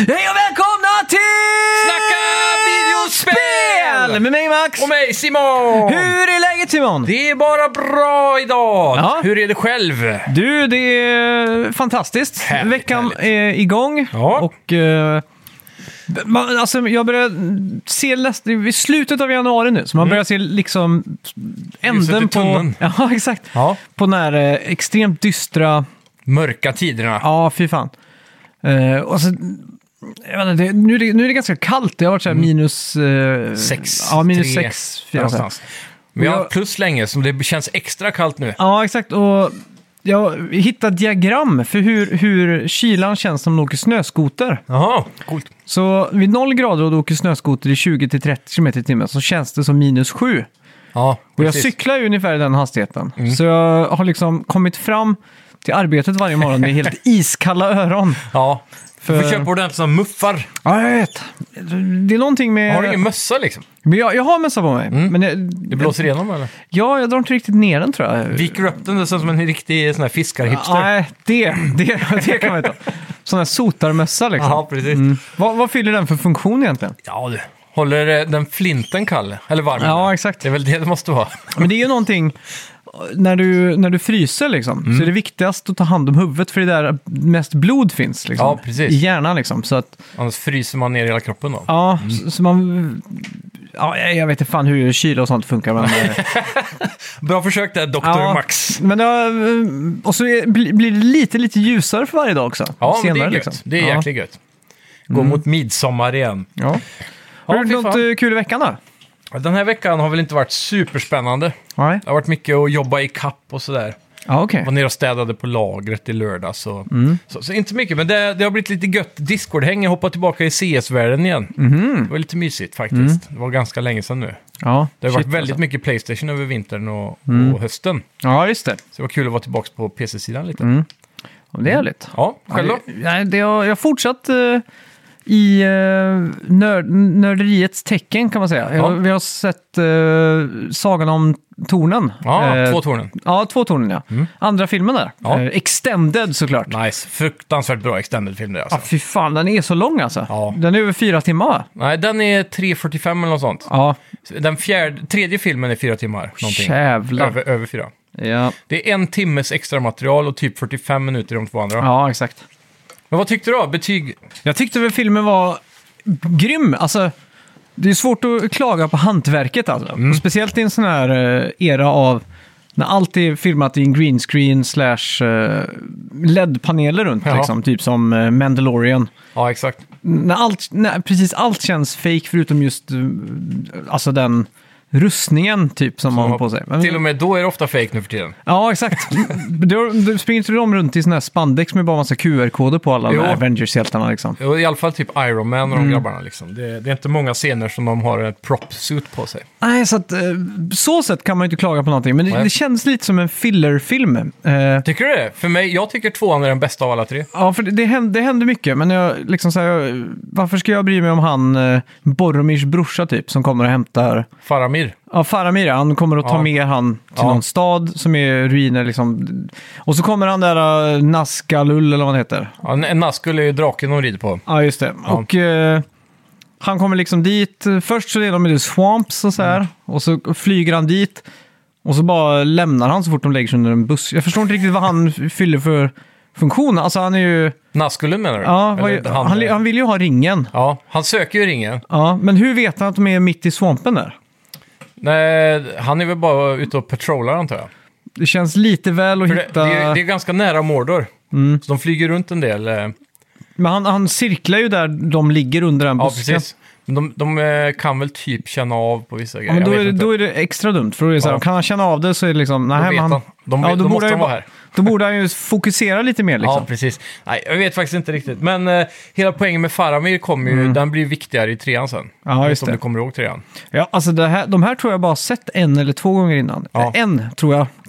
Hej och välkomna till Snacka videospel! Med mig Max. Och mig Simon! Hur är läget Simon? Det är bara bra idag! Ja. Hur är det själv? Du, det är fantastiskt. Härligt, Veckan härligt. är igång. Ja. Och alltså, jag börjar se vid slutet av januari nu. Så man börjar se liksom änden i på... tunneln. Ja, exakt. Ja. På den här extremt dystra... Mörka tiderna. Ja, fy fan. Och så, jag vet inte, nu är det ganska kallt. Det har varit så här minus... 6. Ja, minus 3, 6. någonstans. Vi har plus länge, så det känns extra kallt nu. Ja, exakt. Och jag hittade diagram för hur kylan känns som man åker snöskoter. Jaha, coolt. Så vid 0 grader och du åker snöskoter i 20-30 km i timmen så känns det som minus 7. Ja, Och jag precis. cyklar ju ungefär i den hastigheten. Så jag har liksom kommit fram till arbetet varje morgon med helt iskalla öron. Ja, du får För- köpa ordentligt som muffar. Ja, jag vet. Det är någonting med... Har du ingen mössa liksom? Men jag har mössa på mig. Men Det blåser igenom eller? Ja, jag drar inte riktigt ner den tror jag. Viker upp den, det ser som en riktig sån här fiskarhipster. Nej, det kan man inte ha. Sån här sotarmössa liksom. Ja, precis. Vad fyller den för funktion egentligen? Ja, du. Håller den flinten kall? Eller varm? Ja, exakt. Det är väl det måste vara. Men det är ju någonting, när du fryser liksom, så är det viktigast att ta hand om huvudet för det där mest blod finns liksom, Ja, precis. i hjärnan liksom. Så att, Annars fryser man ner hela kroppen då. ja, så man... Ja, jag vet inte fan hur kyla och sånt funkar. Men, Bra försök där, Dr. ja, Max. Men och så blir det lite ljusare för varje dag också. Ja, men det är senare, gött. liksom. Det är Ja. jäkligt gött. Gå mot midsommar igen. Ja. Ja, Har du fy något fan. kul i veckan då? Den här veckan har väl inte varit superspännande. Nej. Det har varit mycket att jobba i kapp och sådär. Ja, okej. Var nere och städade på lagret i lördag. Så inte mycket, men det har blivit lite gött Discord-häng. Jag hoppar tillbaka i CS-världen igen. Det var lite mysigt faktiskt. Det var ganska länge sedan nu. Ja, Det har varit shit, väldigt alltså. mycket PlayStation över vintern och hösten. Ja, just det. Så det var kul att vara tillbaka på PC-sidan lite. Ja, det är härligt. Ja, själv då? Nej, jag har fortsatt i nörderiets tecken kan man säga. Ja. Vi har sett Sagan om tornen. Ja, 2 tornen. Ja, 2 tornen ja. Andra filmen där. Ja. Extended såklart. Nice. Fruktansvärt bra extended-film det Ja, alltså. fy fan, den är så lång alltså. Ja. Den är över 4 timmar va? Nej, den är 3:45 eller något sånt. Ja, Den tredje filmen är 4 timmar. Någonting. jävlar. Över 4. Ja. Det är 1 timmes extra material och typ 45 minuter i de 2 andra. Ja, exakt. Men vad tyckte du då? Betyg? Jag tyckte väl filmen var grym. Alltså, det är svårt att klaga på hantverket alltså. Och speciellt i en sån här era av när allt är filmat i en green screen / LED-paneler runt, Ja. liksom, typ som Mandalorian. Ja, exakt. När precis allt känns fake förutom just alltså den rustningen typ som man har på sig. Men, Till och med då är det ofta fake nu för tiden. ja, exakt. Du springer inte de runt i sån här spandex med bara massa QR-koder på alla de Jo. här Avengers-hjältarna liksom. Och i alla fall typ Iron Man och de grabbarna liksom. Det är inte många scener som de har ett prop-suit på sig. Nej, så att så sätt kan man ju inte klaga på någonting. Men Nej. det känns lite som en filler-film. Tycker du det? För mig, jag tycker 2:an är den bästa av alla 3. Ja, för det händer mycket. Men jag liksom så här, varför ska jag bry mig om han Boromirs brorsa typ som kommer och hämtar... Faramir. Ja, Faramir, han kommer att ta Ja. med han till Ja. någon stad som är ruiner liksom. Och så kommer han där Nazgul eller vad han heter. Ja, en Nazgul är ju draken de rider på. Ja, just det. Ja. Och han kommer liksom dit. Först så är de i swamps och så här. Och så flyger han dit. Och så bara lämnar han så fort de lägger sig under en buss. Jag förstår inte riktigt vad han fyller för funktion. Alltså han är ju... Nazgulen menar du? Ja, Eller han vill ju ha ringen. Ja, han söker ju ringen. Ja, men hur vet han att de är mitt i swampen där? Nej, han är väl bara ute och patrollar antar jag. Det känns lite väl att För hitta... det är ganska nära Mordor. Så de flyger runt en del. Men han cirklar ju där de ligger under den Ja, busken. precis. Men de kan väl typ känna av på vissa grejer. Ja, men Jag vet inte. då är det extra dumt. För då är det så här, Ja. kan han känna av det så är det liksom... Då Nej, vet men han. Då borde måste han de vara här. Då borde han ju fokusera lite mer liksom. Ja, precis. Nej, jag vet faktiskt inte riktigt. Men hela poängen med Faramir kommer ju, den blir viktigare i 3:an sen. Ja, just Om det. du kommer ihåg 3:an. Ja, alltså de här tror jag bara sett 1 eller 2 gånger innan. Ja. En tror jag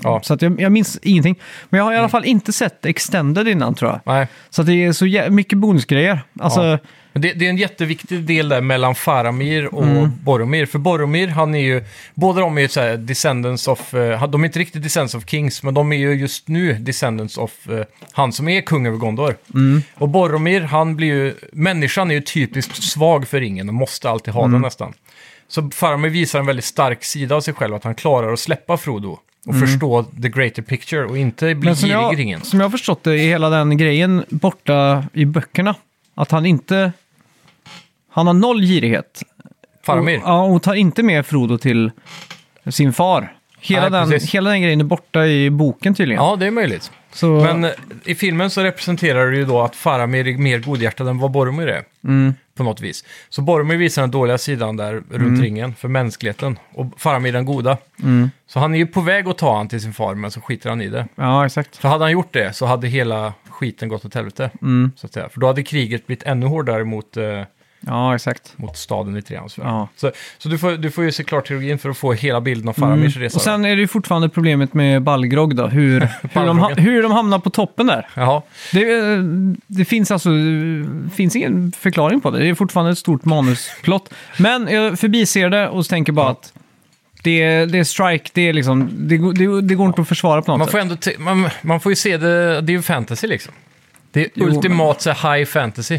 Ja. Så att jag minns ingenting. Men jag har i alla fall inte sett Extended innan, tror jag. Nej. Så att det är så mycket bonusgrejer. Alltså, Ja. Men det är en jätteviktig del där mellan Faramir och Boromir. För Boromir, han är ju... Båda de är ju så här descendants of... de är inte riktigt descendants of kings, men de är ju just nu descendants of han som är kung över Gondor. Och Boromir, han blir ju... Människan är ju typiskt svag för ringen och måste alltid ha den nästan. Så Faramir visar en väldigt stark sida av sig själv, att han klarar att släppa Frodo och förstå the greater picture och inte bli girig i ringen. Som jag har förstått det, är hela den grejen borta i böckerna. Att han inte... Han har noll girighet. Faramir? Och tar inte med Frodo till sin far. Hela den grejen är borta i boken tydligen. Ja, det är möjligt. Så... Men i filmen så representerar det ju då att Faramir är mer godhjärtad än vad Boromir är. På något vis. Så Boromir visar den dåliga sidan där runt ringen för mänskligheten. Och Faramir den goda. Så han är ju på väg att ta han till sin far, men så skiter han i det. Ja, exakt. För hade han gjort det så hade hela skiten gått åt helvete. Så att säga. För då hade kriget blivit ännu hårdare mot... Ja, exakt. Mot staden i Treans. Ja. Så du får ju se klart trilogin för att få hela bilden av Faramirs resa. Och sen är det ju fortfarande problemet med Balgrog då. Hur de hamnar på toppen där. Jaha. Det finns ingen förklaring på det. Det är fortfarande ett stort manusplott. Men jag förbiser det och tänker bara att det är strike, det är liksom, det går inte att försvara på något sätt. Man får ju se det, det är ju fantasy liksom. Det är ultimat så high fantasy.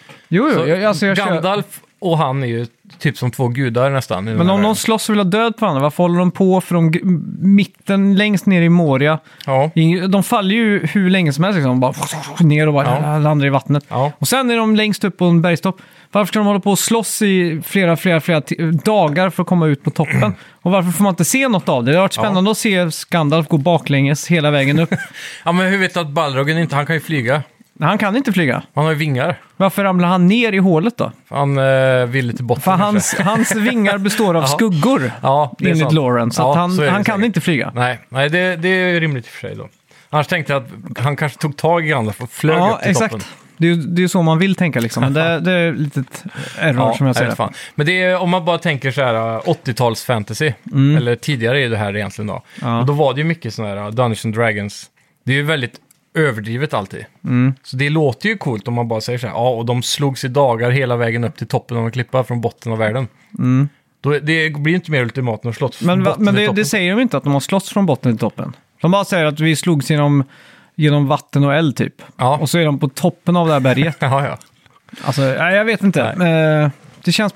Gandalf och han är ju typ som två gudar nästan. Men om de slåss och vill ha död på varandra, varför håller de på från mitten längst ner i Moria? Ja. De faller ju hur länge som helst liksom, bara ner och bara landar i vattnet. Ja. Och sen är de längst upp på en bergstopp. Varför ska de hålla på och slåss i flera dagar för att komma ut på toppen? Och varför får man inte se något av det? Det har varit spännande att se Gandalf gå baklänges hela vägen upp. Ja, men hur vet du att Balrogen inte, han kan ju flyga? Han kan inte flyga. Han har ju vingar. Varför ramlar han ner i hålet då? Han ville till botten. För hans vingar består av skuggor, enligt Lauren. Så, han kan inte flyga. Nej, det är rimligt i och för sig då. Annars tänkte jag att han kanske tog tag i Gandalf och flög upp till toppen. Det är ju så man vill tänka liksom. Men det är ett litet error som jag säger. Fan. Men det är, om man bara tänker så här 80-tals fantasy, eller tidigare är det här egentligen då. Ja. Och då var det ju mycket sådana här Dungeons & Dragons. Det är ju väldigt överdrivet alltid. Så det låter ju coolt om man bara säger så här, och de slogs i dagar hela vägen upp till toppen av en klippa från botten av världen. Då, det blir ju inte mer ultimat än att slåss från botten till toppen. Det säger de inte att de har slåss från botten till toppen. De bara säger att vi slogs genom vatten och eld typ. Ja. Och så är de på toppen av det här berget. Ja. Alltså, jag vet inte. Det känns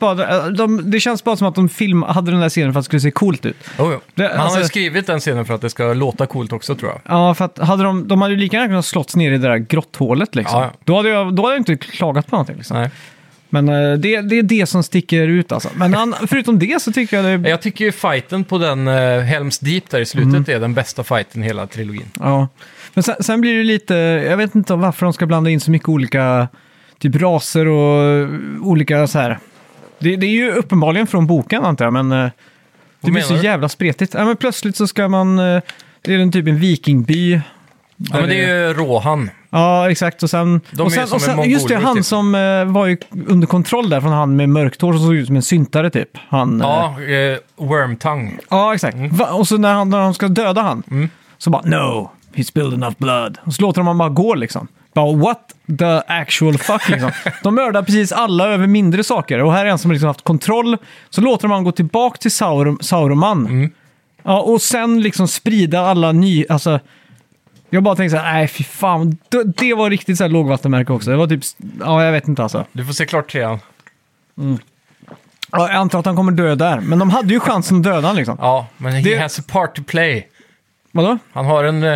bara som att de hade den där scenen för att det skulle se coolt ut. Han har skrivit den scenen för att det ska låta coolt också, tror jag. Ja, för att de hade ju lika gärna kunnat slått ner i det där grotthålet liksom. Ja. Då hade jag inte klagat på någonting liksom. Nej. Men det är det som sticker ut alltså. Men förutom det så tycker jag det... Jag tycker ju fighten på den Helms Deep där i slutet är den bästa fighten i hela trilogin. Ja, men sen blir det lite... Jag vet inte varför de ska blanda in så mycket olika typ raser och olika så här... Det är ju uppenbarligen från boken antar jag, men det blir så jävla spretigt. Ja, men plötsligt så ska man... det är en typ en vikingby. Ja, men det är ju Rohan. Ja, exakt. Och sen just det, han typ. Som var ju under kontroll där från han med mörkt hår som såg ut som en syntare typ. Wormtongue. Ja, exakt. Och så när de ska döda han så bara, no, he spilled enough blood. Och så låter de bara gå liksom. Bara, what the actual fuck liksom. De mördar precis alla över mindre saker. Och här är en som liksom haft kontroll. Så låter man gå tillbaka till Sauroman. Ja, och sen liksom sprida alla alltså... Jag bara tänkte så här, nej fy fan, det var riktigt så här lågvattenmärke också. Det var typ, jag vet inte alltså. Du får se klart 3. Ja, jag antar att han kommer dö där. Men de hade ju chansen att döda han liksom. Ja, men he has a part to play. Vadå? Han har en,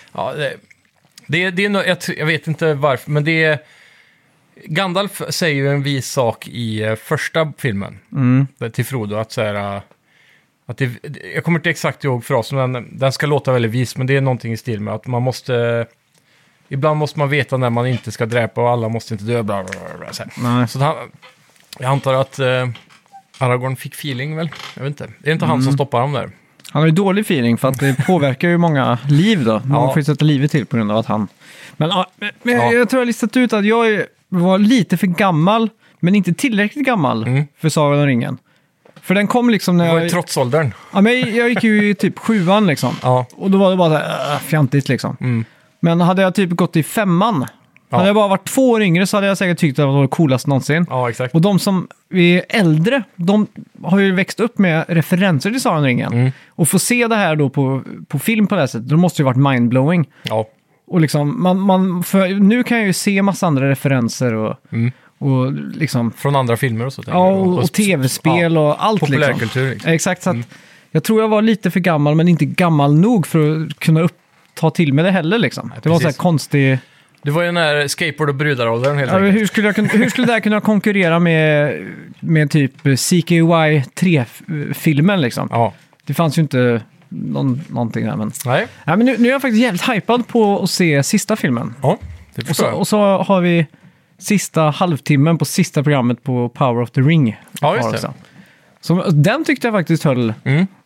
jag vet inte varför, men det är... Gandalf säger ju en vis sak i första filmen till Frodo, att så här... jag kommer inte exakt ihåg frasen, men den ska låta väldigt vis, men det är någonting i stil med att man måste... Ibland måste man veta när man inte ska dräpa och alla måste inte dö. Bla bla bla, så jag antar att Aragorn fick feeling väl? Jag vet inte. Det är inte han som stoppar dem där. Han har ju dålig feeling för att det påverkar ju många liv då. Man får ju sätta livet till på grund av att han... Men jag tror jag har listat ut att jag var lite för gammal, men inte tillräckligt gammal för Sagan om ringen. För den kom liksom när Det var ju jag... trotsåldern. Ja, men jag gick ju i typ 7:an liksom. Ja. Och då var det bara så här, fjantigt liksom. Men hade jag typ gått i 5:an, hade jag bara varit 2 år yngre så hade jag säkert tyckt att det var det coolaste någonsin. Ja, exakt. Och de som är äldre, de har ju växt upp med referenser till Sagan om ringen. Och få se det här då på film på det här sättet, då måste det ju varit mindblowing. Ja. Och liksom, för nu kan jag ju se massa andra referenser och liksom... Från andra filmer och så. Ja, och tv-spel och allt liksom. Populärkultur. Liksom. Exakt, så att jag tror jag var lite för gammal men inte gammal nog för att kunna ta till mig det heller liksom. Nej, det var så här konstig... Det var ju den här skateboard- och brudaråldern helt enkelt. Hur skulle det här kunna konkurrera med typ CKY 3-filmen liksom? Ja. Det fanns ju inte någonting där, men... Nej. Ja, men nu är jag faktiskt jävligt hypad på att se sista filmen. Ja, det förstår jag. Och så har vi sista halvtimmen på sista programmet på Power of the Ring. Ja, just det. Också. Så den tyckte jag faktiskt höll...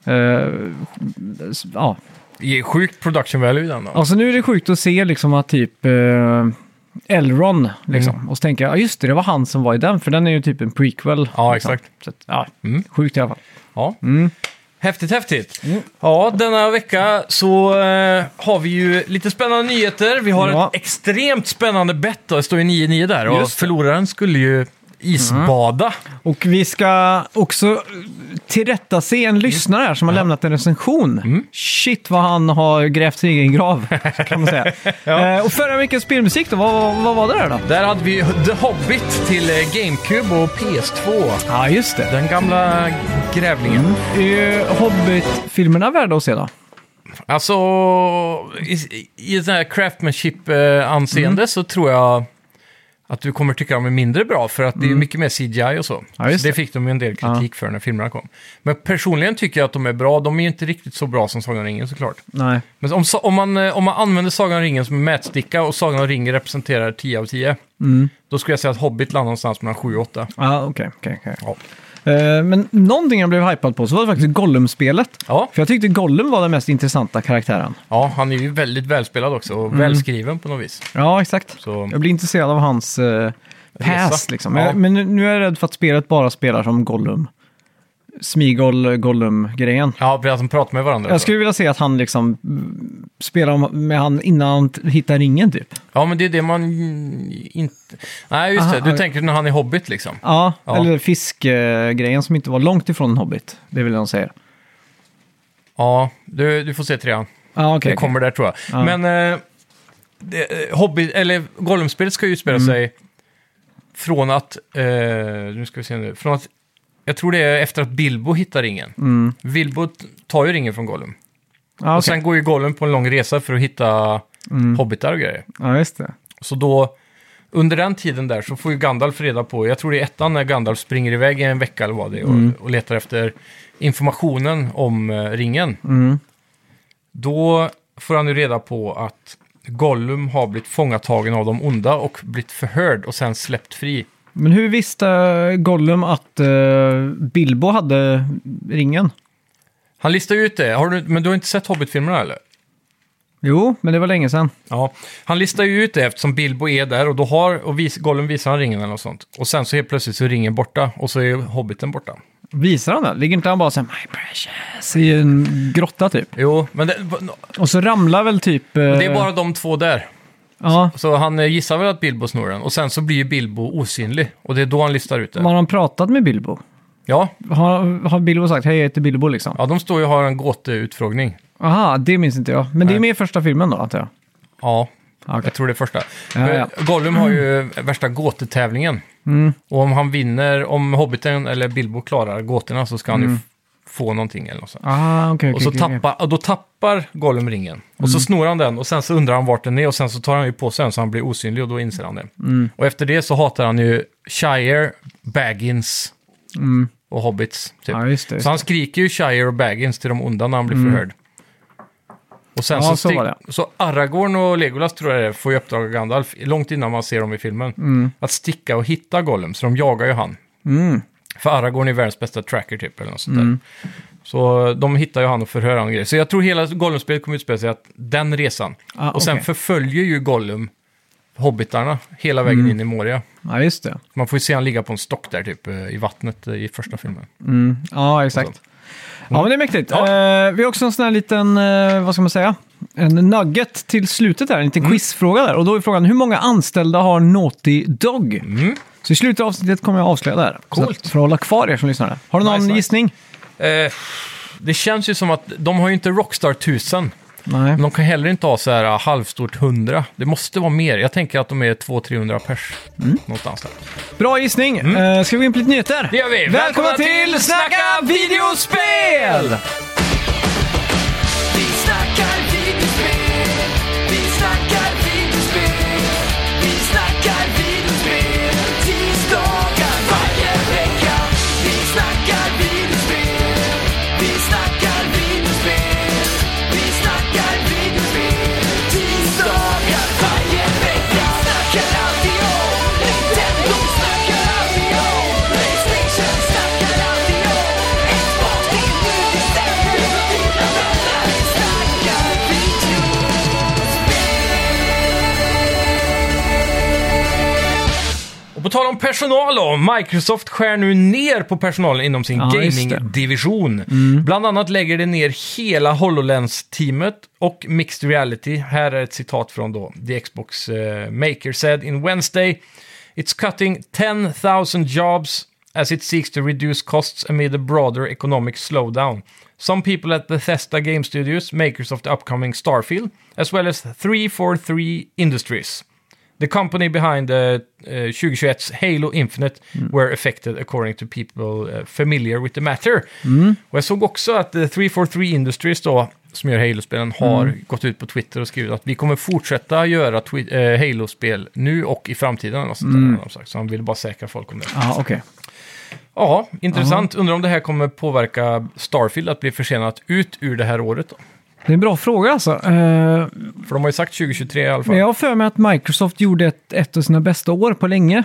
ja. Det är sjukt production value i den då. Alltså nu är det sjukt att se liksom att typ Elrond liksom. Och så tänker jag, ja just det var han som var i den, för den är ju typ en prequel. Ja, liksom. exakt. Så att, ja, sjukt i alla fall. Ja. Häftigt. Ja, denna vecka så har vi ju lite spännande nyheter. Vi har ett extremt spännande bett då. Det står ju 9-9 där. Och förloraren skulle ju isbada. Och vi ska också tillrättase en lyssnare här som har lämnat en recension. Shit vad han har grävt sin egen grav, kan man säga. Och förra veckans spelmusik då, vad var det där då? Där hade vi The Hobbit till GameCube och PS2. Ja, just det. Den gamla grävlingen. Är Hobbit-filmerna värda att se då? Alltså, i ett sånt här craftsmanship-anseende så tror jag att du kommer tycka de är mindre bra, för att det är mycket mer CGI och så. Ja, så det fick de ju en del kritik för när filmerna kom. Men personligen tycker jag att de är bra. De är ju inte riktigt så bra som Sagan om ringen såklart. Nej. Men om man använder Sagan om ringen som en mätsticka och Sagan om ringen representerar 10 av 10, då skulle jag säga att Hobbit landar någonstans mellan 7 och 8. Ja, okej. Ja. Men någonting jag blev hypad på så var det faktiskt Gollum-spelet. Ja. För jag tyckte Gollum var den mest intressanta karaktären. Ja, han är ju väldigt välspelad också och välskriven på något vis. Ja, exakt. Så... Jag blir intresserad av hans pass liksom. Ja. Men nu är jag rädd för att spelet bara spelar som Gollum. Smigol-Gollum-grejen. Ja, att de pratar med varandra. Jag skulle vilja se att han liksom spelar med han innan han hittar ringen typ. Ja, men det är det man inte... Nej, just det. Du tänker när han är Hobbit liksom. Ja. Eller fiskgrejen som inte var långt ifrån en Hobbit. Det vill jag säga. Ja, du får se 3:an. Ja, okay, det kommer där tror jag. Ja. Men Hobbit, eller Gollum-spelet ska ju spela sig från att... nu ska vi se nu. Från att... Jag tror det är efter att Bilbo hittar ringen. Bilbo tar ju ringen från Gollum. Okay. Och sen går ju Gollum på en lång resa för att hitta hobbitar och grejer. Ja, just det. Så då, under den tiden där så får ju Gandalf reda på, jag tror det är 1:an när Gandalf springer iväg i en vecka eller vad det är och letar efter informationen om ringen. Då får han ju reda på att Gollum har blivit fångatagen av de onda och blivit förhörd och sen släppt fri. Men hur visste Gollum att Bilbo hade ringen? Han listar ju ut det. Men du har inte sett Hobbit-filmerna eller? Jo, men det var länge sedan. Ja, han listar ju ut det eftersom Bilbo är där och Gollum visar han ringen eller något sånt. Och sen så helt plötsligt så är ringen borta och så är Hobbiten borta. Visar han det? Ligger inte han bara så här, my precious, i en grotta typ? Jo, men och så ramlar väl typ... Det är bara de två där. Ja. Så han gissar väl att Bilbo snor den. Och sen så blir ju Bilbo osynlig. Och det är då han listar ut det. Har han pratat med Bilbo? Ja. Har Bilbo sagt, hej jag heter Bilbo liksom? Ja, de står ju och har en gåteutfrågning. Aha, det minns inte jag. Men det är med i första filmen då, antar jag? Ja, okay. Jag tror det är första. Ja. Gollum har ju värsta gåtetävlingen. Och om han vinner, om Hobbiten eller Bilbo klarar gåtorna så ska han ju få någonting eller något sånt. Okay, och så då tappar Gollum ringen. Och så snor han den och sen så undrar han vart den är och sen så tar han ju på sig den så han blir osynlig och då inser han det. Och efter det så hatar han ju Shire, Baggins och Hobbits. Typ. Ja, just det. Så han skriker ju Shire och Baggins till de onda när han blir förhörd. Och sen så Aragorn och Legolas tror jag det får ju uppdrag av Gandalf långt innan man ser dem i filmen. Att sticka och hitta Gollum, så de jagar ju han. För Aragorn är världens bästa tracker typ eller något sånt där. Så de hittar ju han och förhör han och grejer. Så jag tror hela Gollum-spelet kommer utspela sig att den resan. Och sen förföljer ju Gollum hobbitarna hela vägen in i Moria. Ja, just det. Man får ju se han ligga på en stock där typ i vattnet i första filmen. Ja, exakt. Ja, men det är mäktigt. Vi har också en sån här liten, vad ska man säga? En nugget till slutet här, en liten quizfråga där. Och då är frågan, hur många anställda har Naughty Dog? Så i slutet av avsnittet kommer jag avslöja det här. Coolt. Så för att hålla kvar er som lyssnar. Har du någon gissning? Det känns ju som att de har ju inte Rockstar 1000. Nej. Men de kan heller inte ha så här halvstort 100. Det måste vara mer. Jag tänker att de är 200-300 pers. Någonstans där. Bra gissning. Ska vi gå in på lite nyheter? Det gör vi. Välkomna till Snacka videospel! Vi snackar videospel, vi snackar videospel, vi snackar videospel, tisdagar varje vecka. Vi snackar videospel, vi snackar videospel, vi snackar videospel, tisdagar varje vecka. Snackar alltid om Nintendo, snackar alltid om PlayStation, snackar alltid om Xbox, det är nu vi sätter dina vänner. Vi snackar videospel. Och på tal om personal då, Microsoft skär nu ner på personalen inom sin just det. gaming-division. Bland annat lägger det ner hela HoloLens-teamet och Mixed Reality. Här är ett citat från då The Xbox Maker said in Wednesday, "It's cutting 10,000 jobs as it seeks to reduce costs amid a broader economic slowdown. Some people at Bethesda Game Studios, makers of the upcoming Starfield, as well as 343 Industries. The company behind 2021's Halo Infinite were affected according to people familiar with the matter." Och jag såg också att 343 Industries då, som gör Halo-spelen, har gått ut på Twitter och skrivit att vi kommer fortsätta göra Halo-spel nu och i framtiden. Och sånt där, har de sagt. Så han vill bara säkra folk om det. Ja, okej. Ja, intressant. Undrar om det här kommer påverka Starfield att bli försenat ut ur det här året då. Det är en bra fråga alltså. För de har ju sagt 2023 i alla fall. Men jag har för mig att Microsoft gjorde ett av sina bästa år på länge,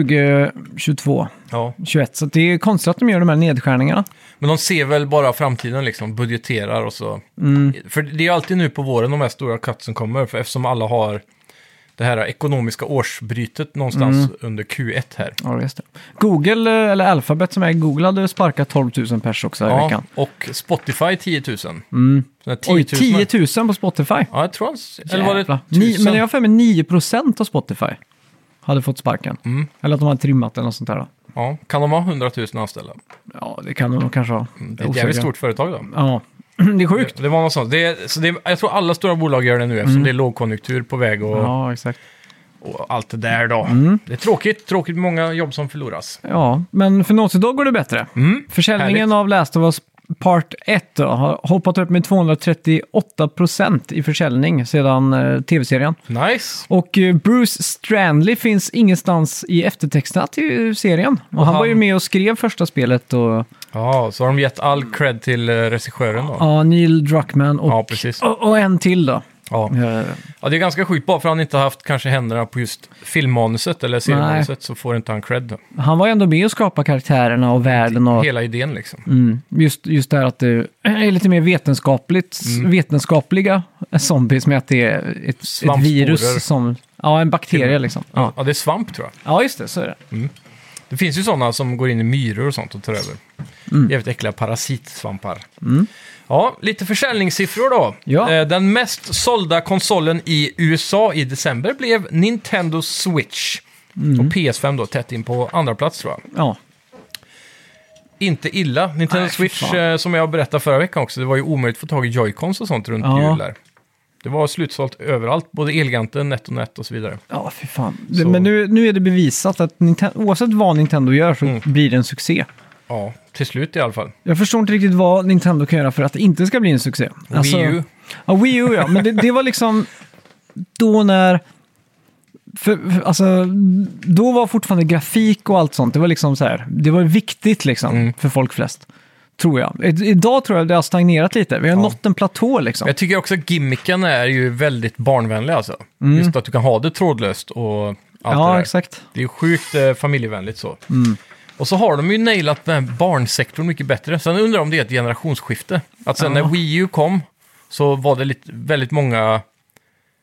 2022, Ja. 21. Så det är konstigt att de gör de här nedskärningarna. Men de ser väl bara framtiden liksom, budgeterar och så. För det är ju alltid nu på våren de här stora cutsen kommer, för eftersom alla har det här ekonomiska årsbrytet någonstans under Q1 här. Ja, just det. Google, eller Alphabet som är Google, hade sparkat 12 000 pers också i veckan. Och Spotify 10 000. Så 10 Oj, 10 000 på Spotify? Ja, jag tror eller var det Jävlar. 1000? Men jag har för mig 9% av Spotify hade fått sparken. Eller att de hade trimmat eller något sånt där då. Ja, kan de ha 100 000 anställda? Ja, det kan de nog kanske ha. Det är ett jävligt stort företag då. Ja, det är sjukt. Det var något sånt. Jag tror alla stora bolag gör det nu eftersom det är lågkonjunktur på väg och, Ja, exakt. och allt det där då. Det är tråkigt med många jobb som förloras. Ja, men för Naughty Dog går det bättre. Försäljningen Härligt. av Last of Us Part 1 då, har hoppat upp med 238% i försäljning sedan tv-serien. Nice! Och Bruce Strandley finns ingenstans i eftertexterna till serien. Och han var ju med och skrev första spelet. Och, Ja, så har de gett all cred till regissören då. ja, Neil Druckmann Ja, precis. och en till då. Ja. Ja, det är ganska sjukt. Bara för att han inte har haft kanske händerna på just filmmanuset eller seriemanuset så får inte han cred då. Han var ju ändå med och skapade karaktärerna och världen. Och, Hela idén liksom. just det här att det är lite mer vetenskapliga zombies med att det är ett virus som... Ja, en bakterie liksom. Ja. Ja, det är svamp tror jag. Ja, just det. Så är det. Det finns ju sådana som går in i myror och sånt och tar över. Jävligt äckliga parasitsvampar. Ja, lite försäljningssiffror då. Ja. Den mest sålda konsolen i USA i december blev Nintendo Switch. Och PS5 då tätt in på andra plats tror jag. Ja. Inte illa. Nintendo Nej, Switch, fan. som jag berättade förra veckan också, det var ju omöjligt att få tag i Joy-Cons och sånt runt jul där. Det var slutsålt överallt, både Elgiganten, NetOnNet och så vidare. Ja, fy fan. Men nu är det bevisat att oavsett vad Nintendo gör så blir det en succé. Ja, till slut i alla fall. Jag förstår inte riktigt vad Nintendo kan göra för att det inte ska bli en succé. Wii U. Ja, Wii U ja. Men det var liksom då när... då var fortfarande grafik och allt sånt. Det var liksom så här. Det var viktigt liksom för folk flest. Tror jag. Idag tror jag det har stagnerat lite. Vi har nått en platå liksom. Jag tycker också att gimmicken är ju väldigt barnvänlig alltså. Just att du kan ha det trådlöst och allt det där. Ja, exakt. Det är ju sjukt familjevänligt så. Och så har de ju nailat den här barnsektorn mycket bättre. Sen undrar jag om det är ett generationsskifte. Att sen när Wii U kom så var det väldigt många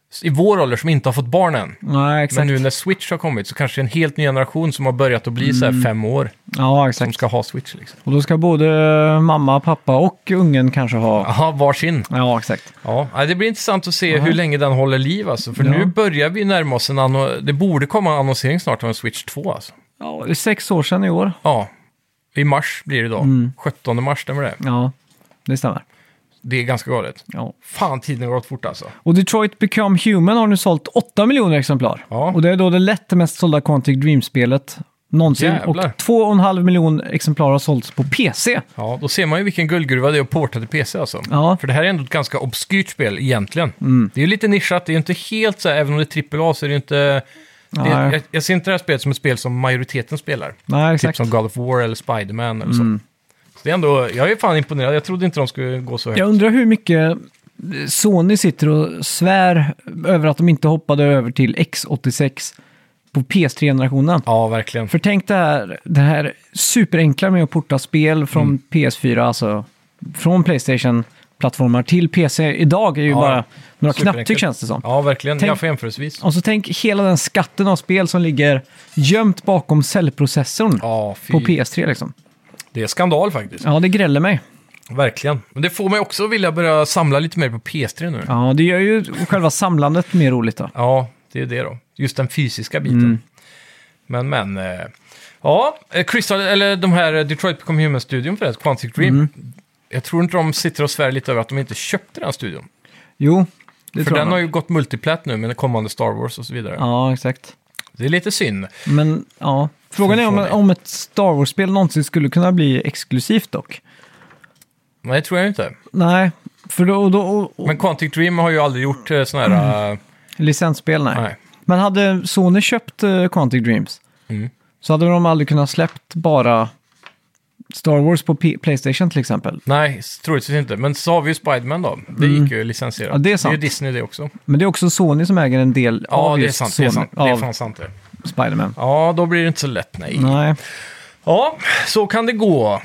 i vår ålder som inte har fått barn än. Nej, exakt. Men nu när Switch har kommit så kanske en helt ny generation som har börjat att bli så här 5 år Ja, som exakt. ska ha Switch liksom. Och då ska både mamma, pappa och ungen kanske ha... Jaha, varsin. Ja, exakt. Ja, det blir intressant att se hur länge den håller liv alltså. För nu börjar vi närma oss det borde komma en annonsering snart av en Switch 2 alltså. Ja, det är 6 år sedan i år. Ja, i mars blir det då. 17 mars, stämmer det? Ja, det stämmer. Det är ganska galet. Ja. Fan, tiden har gått fort alltså. Och Detroit Become Human har nu sålt 8 miljoner exemplar. Ja. Och det är då det lätt mest sålda Quantic Dream-spelet någonsin. Jävlar. Och 2,5 miljoner exemplar har sålts på PC. Ja, då ser man ju vilken guldgruva det är att porta till PC alltså. Ja. För det här är ändå ett ganska obskyrt spel egentligen. Det är ju lite nischat, det är ju inte helt så här, även om det är AAA så är det ju inte... jag ser inte det här spelet som ett spel som majoriteten spelar. Nej, Typ exakt. som God of War eller Spider-Man eller så. Så det är ändå, jag är fan imponerad, jag trodde inte de skulle gå så högt. Jag undrar hur mycket Sony sitter och svär över att de inte hoppade över till X86 på PS3-generationen. Ja, verkligen. För tänk det här superenkla med att porta spel från PS4, alltså från PlayStation-plattformar till PC idag är ju bara några knapptryck känns det som. Ja, verkligen. Tänk- Jag får jämförelsevis. Och så tänk hela den skatten av spel som ligger gömt bakom cellprocessorn Ja, fy. på PS3 liksom. Det är skandal faktiskt. Ja, det gräller mig. Verkligen. Men det får mig också vilja börja samla lite mer på PS3 nu. Ja, det gör ju själva samlandet mer roligt då. Ja, det är det då. Just den fysiska biten. Men ja, Crystal, eller de här Detroit Become Human-studion för det, Quantic Dream. Jag tror inte de sitter och svär lite över att de inte köpte den studion. Jo, det För tror jag den nog. har ju gått multiplat nu med det kommande Star Wars och så vidare. Ja, exakt. Det är lite synd. Men ja, frågan är om ett Star Wars-spel någonsin skulle kunna bli exklusivt dock. Nej, det tror jag inte. Nej, för då Men Quantic Dream har ju aldrig gjort sådana här... licensspel, nej. nej. Men hade Sony köpt Quantic Dreams så hade de aldrig kunnat släppt bara Star Wars på PlayStation till exempel. Nej, troligtvis inte. Men så har vi ju Spider-Man då. Det gick ju licensierat. Ja, det är sant. Det är ju Disney det också. Men det är också Sony som äger en del Ja, av det är just sant. Sony, Det är sant. Det är av fan sant det. Spider-Man. Ja, då blir det inte så lätt, nej. Nej. Ja, så kan det gå.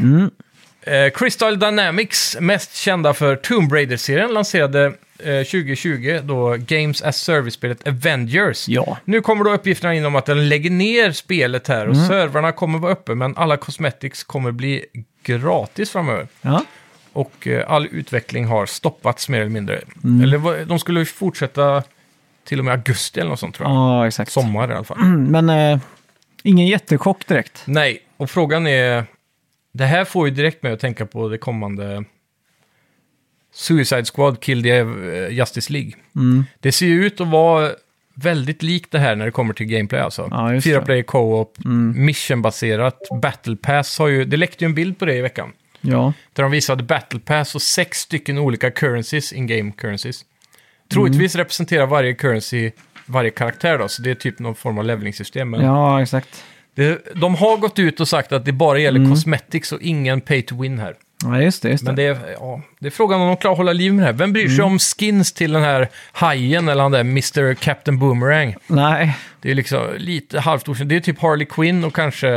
Crystal Dynamics, mest kända för Tomb Raider-serien, lanserade 2020 då Games as Service-spelet Avengers. Ja. Nu kommer då uppgifterna in om att den lägger ner spelet här och servrarna kommer vara uppe, men alla cosmetics kommer bli gratis framöver. Ja. Och all utveckling har stoppats mer eller mindre. Eller de skulle fortsätta till och med augusti eller något sånt tror jag. Ja, exakt. Sommar i alla fall. Men ingen jättechock direkt. Nej, och frågan är... Det här får ju direkt mig att tänka på det kommande Suicide Squad Kill the Justice League. Det ser ju ut att vara väldigt likt det här när det kommer till gameplay alltså. Ja, just 4-player co-op, missionbaserat, Battle Pass har ju... Det läckte ju en bild på det i veckan. Ja. Där de visade Battle Pass och 6 stycken olika currencies, in-game currencies. Troligtvis representerar varje currency varje karaktär då, så det är typ någon form av levelingssystem. Men Ja, exakt. de har gått ut och sagt att det bara gäller cosmetics och ingen pay to win här. Ja, just det. Men det är frågan om de klarar att hålla liv med det här. Vem bryr sig om skins till den här hajen eller han där Mr. Captain Boomerang? Nej. Det är liksom lite halvt okänt. Det är typ Harley Quinn och kanske...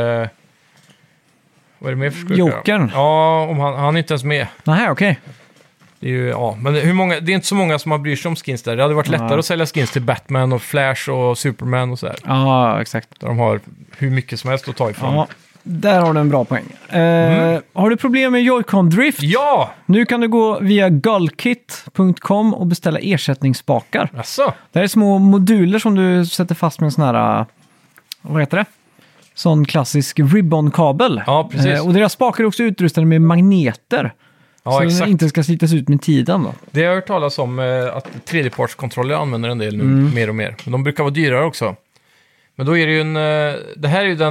Vad är det mer för skurkar? Jokern? Ja, om han är inte ens med. Nej, okej. Det är ju, men det är inte så många som har bryr sig om skins där. Det hade varit lättare att sälja skins till Batman och Flash och Superman och så här. Ja, exakt. Där de har hur mycket som helst att ta ifrån. Ja, där har du en bra poäng. Har du problem med Joy-Con Drift? Ja! Nu kan du gå via gullkit.com och beställa ersättningsspakar. Asså? Det här är små moduler som du sätter fast med en sån här, vad heter det? Sån klassisk ribbon-kabel. Ja, precis. Och deras spakar är också utrustade med magneter. Ja, så exakt. den inte ska slitas ut med tiden då. Det har jag hört talas om att tredjepartskontroller använder en del nu, mer och mer. Men de brukar vara dyrare också. Men då är det ju det här är ju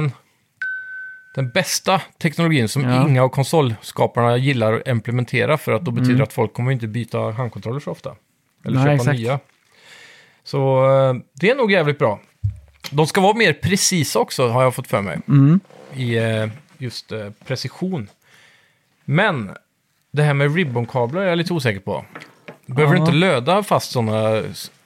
den bästa teknologin som inga av konsolskaparna gillar att implementera, för att då betyder att folk kommer inte byta handkontroller så ofta. Eller köpa exakt. nya. Så det är nog jävligt bra. De ska vara mer precisa också, har jag fått för mig. I just precision. Men det här med ribbonkablar är jag lite osäker på. Du behöver inte löda fast sådana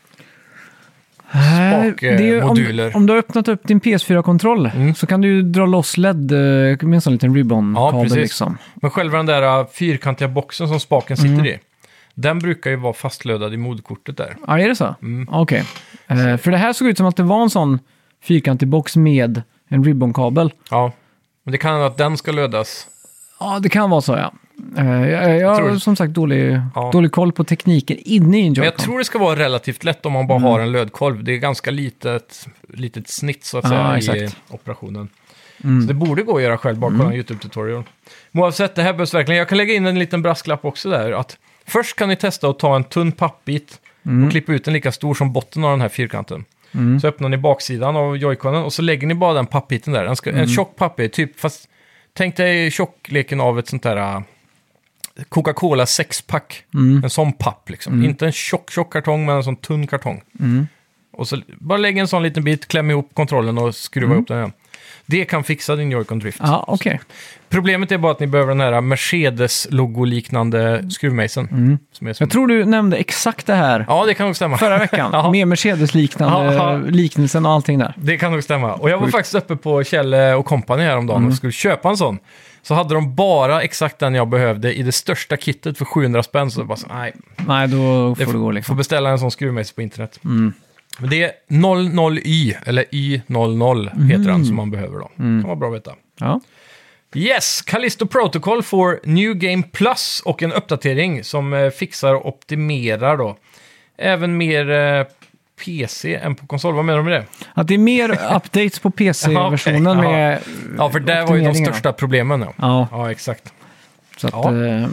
spakmoduler. Om du har öppnat upp din PS4-kontroll så kan du ju dra loss LED med en sån liten Ja, ribbon-kabel precis. liksom. Men själva den där fyrkantiga boxen som spaken sitter i, Den brukar ju vara fastlödad i moderkortet där. Ja, är det så? Okej. För det här såg ut som att det var en sån fyrkantig box med en ribbonkabel. Ja, men det kan vara att den ska lödas. Ja, det kan vara så, ja. Jag har som sagt dålig koll på tekniken inne i en Joy-Con. Men jag tror det ska vara relativt lätt om man bara har en lödkolv. Det är ganska litet snitt så att säga i operationen. Så det borde gå att göra själv, bara kolla en YouTube-tutorial. Oavsett, det här behövs verkligen. Jag kan lägga in en liten brasklapp också där. Att först kan ni testa att ta en tunn pappbit och klippa ut en lika stor som botten av den här fyrkanten. Så öppnar ni baksidan av Joy-Conen och så lägger ni bara den pappbiten där. En tjock pappbit, typ, fast tänk dig tjockleken av ett sånt där Coca-Cola 6-pack. En sån papp liksom. Inte en tjock kartong, men en sån tunn kartong. Och så bara lägg en sån liten bit, kläm ihop kontrollen och skruva ihop den igen. Det kan fixa din Joy-Con Drift. Ja, okej. Problemet är bara att ni behöver den här Mercedes-logoliknande skruvmejseln. Jag tror du nämnde exakt det här Ja, det kan nog stämma. förra veckan. Med Mercedes-liknande liknelsen och allting där. Det kan nog stämma. Och jag var faktiskt uppe på Kjell och Company häromdagen och skulle köpa en sån. Så hade de bara exakt den jag behövde i det största kittet för 700 spänn. Så bara så, nej, då får det gå liksom. Får beställa en sån skruvmejsel på internet. Men det är 00Y, eller Y00 heter den som man behöver då. Kan vara bra att veta. Ja. Yes, Callisto Protocol får New Game Plus och en uppdatering som fixar och optimerar då. Även mer PC än på konsol. Vad menar du med det? Att det är mer updates på PC-versionen med Ja, för det var ju de största problemen. Ja, exakt. Så att,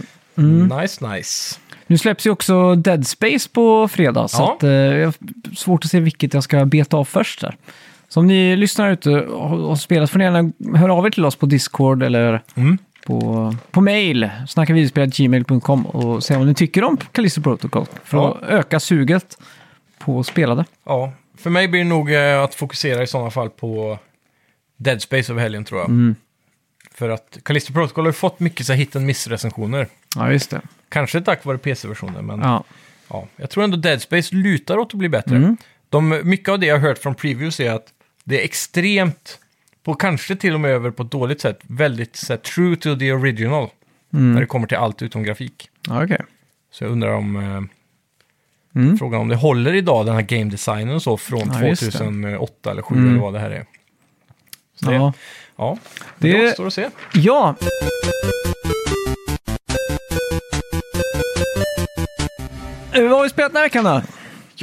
Nice. Nu släpps ju också Dead Space på fredag, så att, jag har svårt att se vilket jag ska beta av först där. Så om ni lyssnar ute och spelat, får ni gärna höra av er till oss på Discord eller på mail, snackavideospel@gmail.com, och se vad ni tycker om Callisto Protocol för att öka suget på spelade. Ja, för mig blir det nog att fokusera i sådana fall på Dead Space över helgen, tror jag. För att Callisto Protocol har fått mycket så hit and miss-recensioner. Ja, just det. Kanske tack vare PC-versionen, men ja, jag tror ändå Dead Space lutar åt att bli bättre. Mycket av det jag har hört från previews är att det är extremt, på kanske till och med över på ett dåligt sätt, väldigt så true to the original när det kommer till allt utom grafik. Okay. Så jag undrar om frågan om det håller idag, den här game designen och så från 2008 eller 2007 eller vad det här är. Så det återstår att se. Ja. Vad har vi spelat den här veckan då?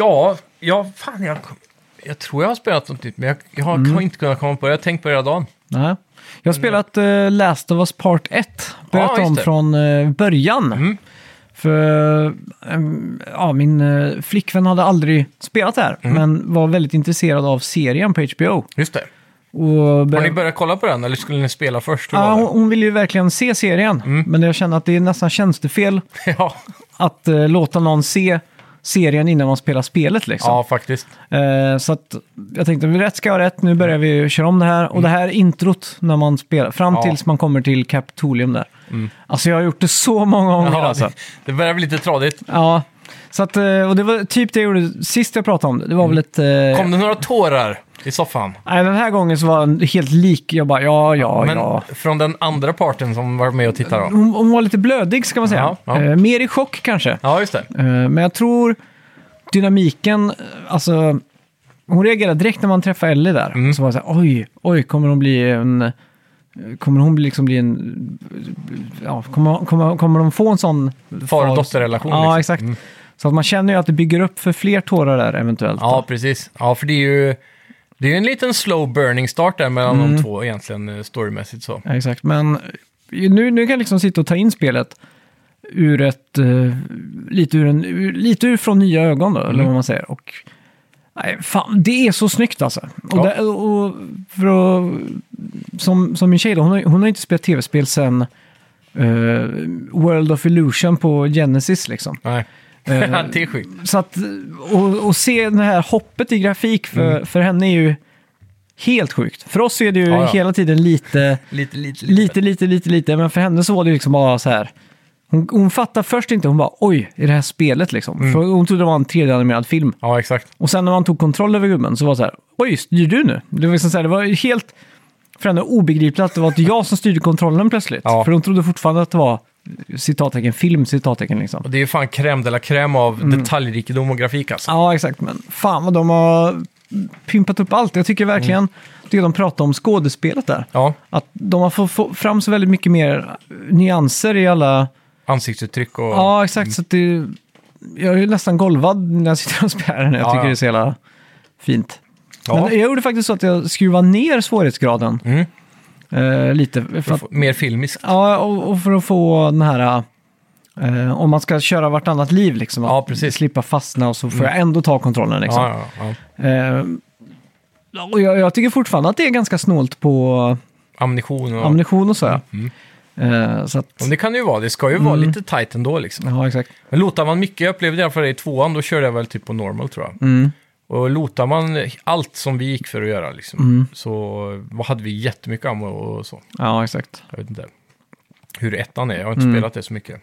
Jag tror jag har spelat något nytt, men jag har inte kunnat komma på det. Jag har tänkt på det hela dagen. Nej. Jag har spelat Last of Us Part 1. Börjat om från början. För min flickvän hade aldrig spelat det här, men var väldigt intresserad av serien på HBO. Just det. Och har ni börjat kolla på den, eller skulle ni spela först? Ja, hon ville ju verkligen se serien, men jag kände att det är nästan tjänstefel att låta någon se serien innan man spelar spelet liksom. Ja, faktiskt. Så att jag tänkte, rätt ska vara rätt, nu börjar vi köra om det här. Och det här introt när man spelar, fram tills man kommer till Capitolium där. Alltså jag har gjort det så många gånger alltså. Det börjar bli lite tradigt. Ja, så att, och det var typ det jag gjorde sist jag pratade om det. Det var väl ett... Kom det några tårar i soffan? Nej, den här gången så var den helt lik. Jag bara, Men från den andra parten som var med och tittade då? Hon var lite blödig, ska man säga. Mer i chock kanske. Ja, just det. Men jag tror dynamiken, alltså... Hon reagerade direkt när man träffade Ellie där. Så var det så här, oj, kommer hon bli en... Kommer hon liksom bli en... Ja, kommer de få en sån... Far- och dotterrelation. Ja, exakt. Så att man känner ju att det bygger upp för fler tårar där eventuellt. Ja, precis. Ja, för det är ju en liten slow burning start där mellan de två egentligen storymässigt så. Ja, exakt, men nu kan jag liksom sitta och ta in spelet ur ett... lite ur från nya ögon då, eller vad man säger. Och... Nej, fan, det är så snyggt alltså. Och för att, som min tjej då, hon har inte spelat tv-spel sedan World of Illusion på Genesis liksom. Nej, det är sjukt. Så att, och se det här hoppet i grafik för henne är ju helt sjukt. För oss är det ju hela tiden lite, men för henne så var det liksom bara så här. Hon fattade först inte, hon bara, oj, är det här spelet liksom? För hon trodde det var en 3D-animerad film. Ja, exakt. Och sen när man tog kontroll över gubben så var det så här, oj, styr du nu? Det var, liksom så här, det var helt för henne obegripligt att det var jag som styrde kontrollen plötsligt. Ja. För hon trodde fortfarande att det var citattecken, film, citattecken liksom. Och det är ju fan crème de la crème av detaljrikedom och grafik alltså. Ja, exakt. Men fan vad de har pimpat upp allt. Jag tycker verkligen det de pratar om skådespelet där. Ja, Att de har fått fram så väldigt mycket mer nyanser i alla... ansiktsuttryck och... Ja, exakt. Så att det... Jag är nästan golvad när jag sitter och spelar den. Jag tycker det är så jävla fint. Ja. Men jag gjorde faktiskt så att jag skruvade ner svårighetsgraden lite. För att, Mer filmiskt. ja, och för att få den här... om man ska köra vartannat liv liksom. Ja, Att precis. slippa fastna och så får jag ändå ta kontrollen liksom. Ja. Och jag tycker fortfarande att det är ganska snålt på Ammunition och... ammunition och så. Ja. Så att, Och det kan ju vara, det ska ju vara lite tight ändå liksom. ja, exakt. Men lotar man mycket, jag upplevde i alla fall det i 2:an, då körde jag väl typ på normal tror jag. Och lotar man allt som vi gick för att göra liksom, så hade vi jättemycket ammo och så. Ja, exakt. Jag vet inte hur 1:an är, jag har inte spelat det så mycket.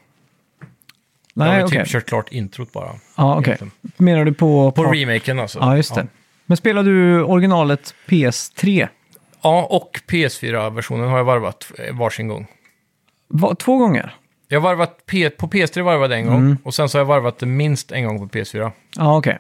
Jag Nej, har okej. typ kört klart introt bara. Ja, okej. egentligen. Menar du på... På remaken alltså. Ja, just det. Men spelar du originalet PS3? Ja, och PS4-versionen har jag varvat varsin gång. 2 gånger? Jag har varvat på PS3 varvade en gång, och sen så har jag varvat det minst en gång på PS4. Ja, okej.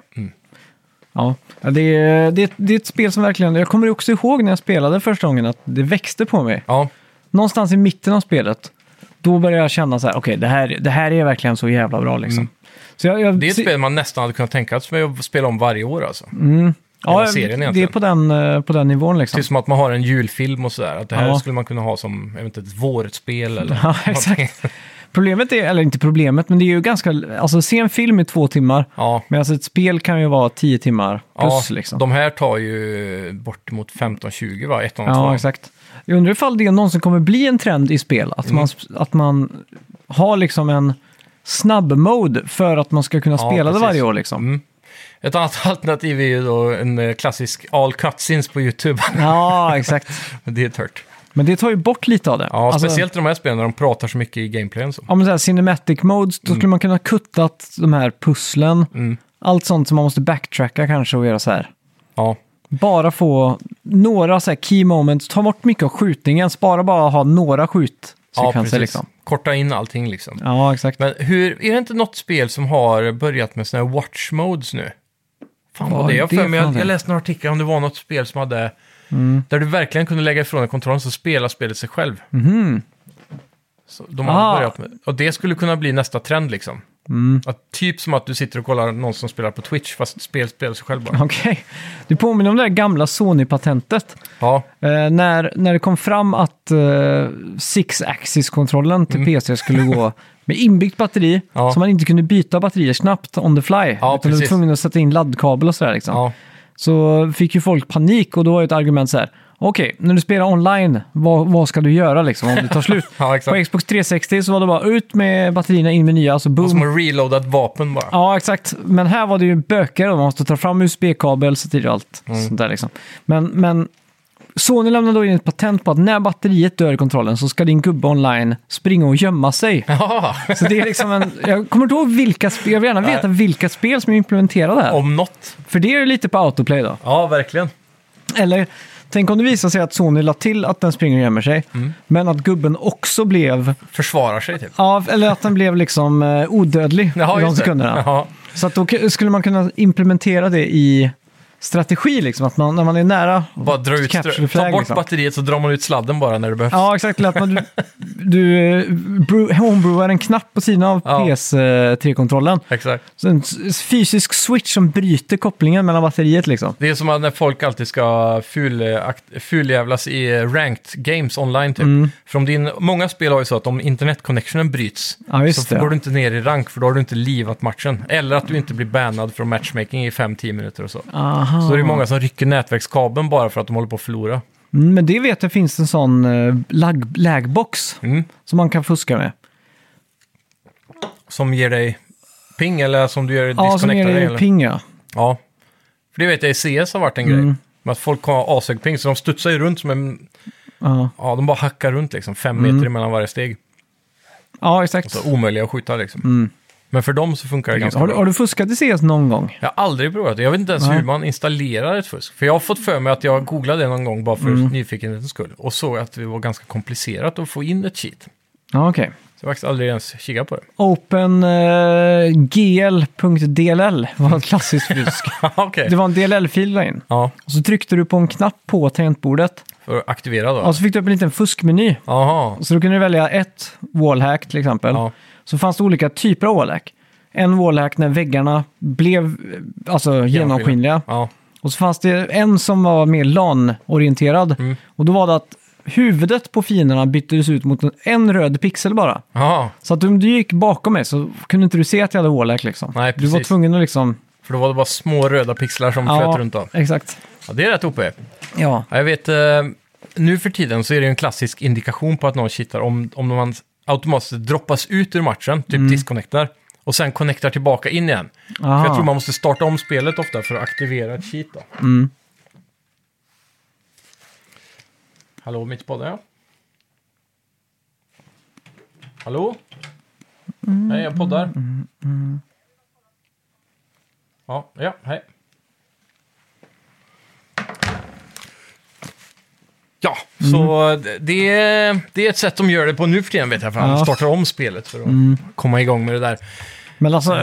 Ja, det är ett spel som verkligen... Jag kommer också ihåg när jag spelade första gången att det växte på mig. Ja, Någonstans i mitten av spelet, då började jag känna så här, okej, det här är verkligen så jävla bra liksom. Så det är ett spel man nästan hade kunnat tänka sig att spela om varje år alltså. ja, serien det är egentligen. på den nivån liksom. Det är som att man har en julfilm och sådär. Att det här Ja. skulle man kunna ha som eventuellt ett vårspel eller Ja, exakt. Problemet är, eller inte problemet, men det är ju ganska... Alltså, se en film i 2 timmar, Ja, medan ett spel kan ju vara 10 timmar plus ja, liksom. de här tar ju bort mot 15-20 va? 1 och 2. Ja, exakt. Jag undrar ifall det någonsin kommer bli en trend i spel. Att man har liksom en snabb-mode för att man ska kunna Ja, spela det precis. varje år liksom. Ett annat alternativ är ju då en klassisk all cutscenes på YouTube. Ja, exakt. Det är tört. Men det tar ju bort lite av det. Ja, Alltså, speciellt i de här spelen när de pratar så mycket i gameplayen. Så. Ja, men så här, cinematic modes, då skulle man kunna kuttat de här pusslen. Allt sånt som man måste backtracka kanske och göra så här. Ja, Bara få några så här key moments, ta bort mycket av skjutningen, bara ha några ja skjutsekvenser precis. liksom. Korta in allting liksom. Ja, exakt. Men är det inte något spel som har börjat med såna här watch modes nu? Fan Vad vad det är är jag det för mig. för Jag någonting? läste några artiklar om det var något spel som hade... Där du verkligen kunde lägga ifrån dig kontrollen så spelar spelet sig själv. Så de har börjat med... Och det skulle kunna bli nästa trend liksom. Att, typ som att du sitter och kollar någon som spelar på Twitch fast spelar sig själv bara. Okej. Du påminner om det där gamla Sony-patentet. Ja, När det kom fram att Six-axis-kontrollen till PC skulle gå med inbyggt batteri, Ja. så man inte kunde byta batterier snabbt on the fly. Ja, utan du var precis. tvungen att sätta in laddkabel och sådär liksom. ja. Så fick ju folk panik och då var ett argument så här: okej, när du spelar online, vad ska du göra liksom om det tar slut? Ja, exakt. På Xbox 360 så var det bara ut med batterierna, in med nya, alltså boom. Som att reloada ett vapen bara. Ja, exakt. Men här var det ju böcker och man måste ta fram USB-kabel, så tidigt och allt sånt där liksom. Men Sony lämnade då in ett patent på att när batteriet dör i kontrollen så ska din gubbe online springa och gömma sig. Ja, Så det är liksom jag kommer inte ihåg vilka spel, jag vill gärna veta vilka spel som är implementerade här. om något. För det är ju lite på autoplay då. Ja, verkligen. Eller, tänk om det visar sig att Sony la till att den springer och gömmer sig, men att gubben också blev... Försvarar sig typ. Ja, eller att den blev liksom odödlig i de just det. sekunderna. Ja. Så att då skulle man kunna implementera det i strategi, liksom. Att man, när man är nära... Bara dra ut capture ta flag, bort liksom. batteriet så drar man ut sladden bara när det behövs. Ja, exakt. Eller att man, du homebrewar en knapp på sidan av Ja. PS3-kontrollen. Exakt. Så en fysisk switch som bryter kopplingen mellan batteriet liksom. Det är som att när folk alltid ska fuljävlas i ranked games online typ. För om många spel har ju så att om internetconnectionen bryts Ja, just så det. går du inte ner i rank för då har du inte livat matchen. Eller att du inte blir bannad från matchmaking i 5-10 minuter och så. Aha. Så det är många som rycker nätverkskabeln bara för att de håller på att förlora. Men det vet jag finns en sån lagbox som man kan fuska med. Som ger dig ping eller som du gör Ja, som disconnectar ger dig? dig Eller? ping, ja. Ja, för det vet jag i CS har varit en grej. Men att folk har ashög ping så de studsar ju runt som en... Ja, Ja, de bara hackar runt liksom. 5 meter mellan varje steg. ja exakt. Så omöjliga att skjuta liksom. Men för dem så funkar det ganska Har bra. du fuskat i CS någon gång? Jag har aldrig provat det. Jag vet inte ens Nej. hur man installerar ett fusk. För jag har fått för mig att jag googlade det någon gång bara för nyfikenhetens skull. Och såg att det var ganska komplicerat att få in ett cheat. Ja, okej. Så Jag har faktiskt aldrig ens kikat på det. OpenGL.dll var ett klassiskt fusk. Okej. Det var en DLL-fil där in. Ja, Och så tryckte du på en knapp på tangentbordet. för att aktivera då. Och så fick du upp en liten fuskmeny. Jaha. Så då kunde du välja ett wallhack till exempel. Ja. Så fanns det olika typer av wallhack. En wallhack när väggarna blev genomskinliga. Ja. Och så fanns det en som var mer LAN-orienterad. Och då var det att huvudet på fienderna byttes ut mot en röd pixel bara. Jaha. Så att om du gick bakom mig så kunde inte du se att jag hade wallhack liksom. Nej, Du var precis. tvungen att liksom... För då var det bara små röda pixlar som flöt runt då. Exakt. Ja, det är rätt OP. Ja. Ja, jag vet, nu för tiden så är det ju en klassisk indikation på att någon cheatar om man automatiskt droppas ut ur matchen, typ disconnectar, och sen connectar tillbaka in igen. För jag tror man måste starta om spelet ofta för att aktivera ett cheat då. Hallå, mitt på det, ja. Hallå? Hej, jag poddar. Ja, hej. Ja, så det är ett sätt de gör det på nu för tiden, vet jag. För han startar om spelet för att komma igång med det där. Men alltså...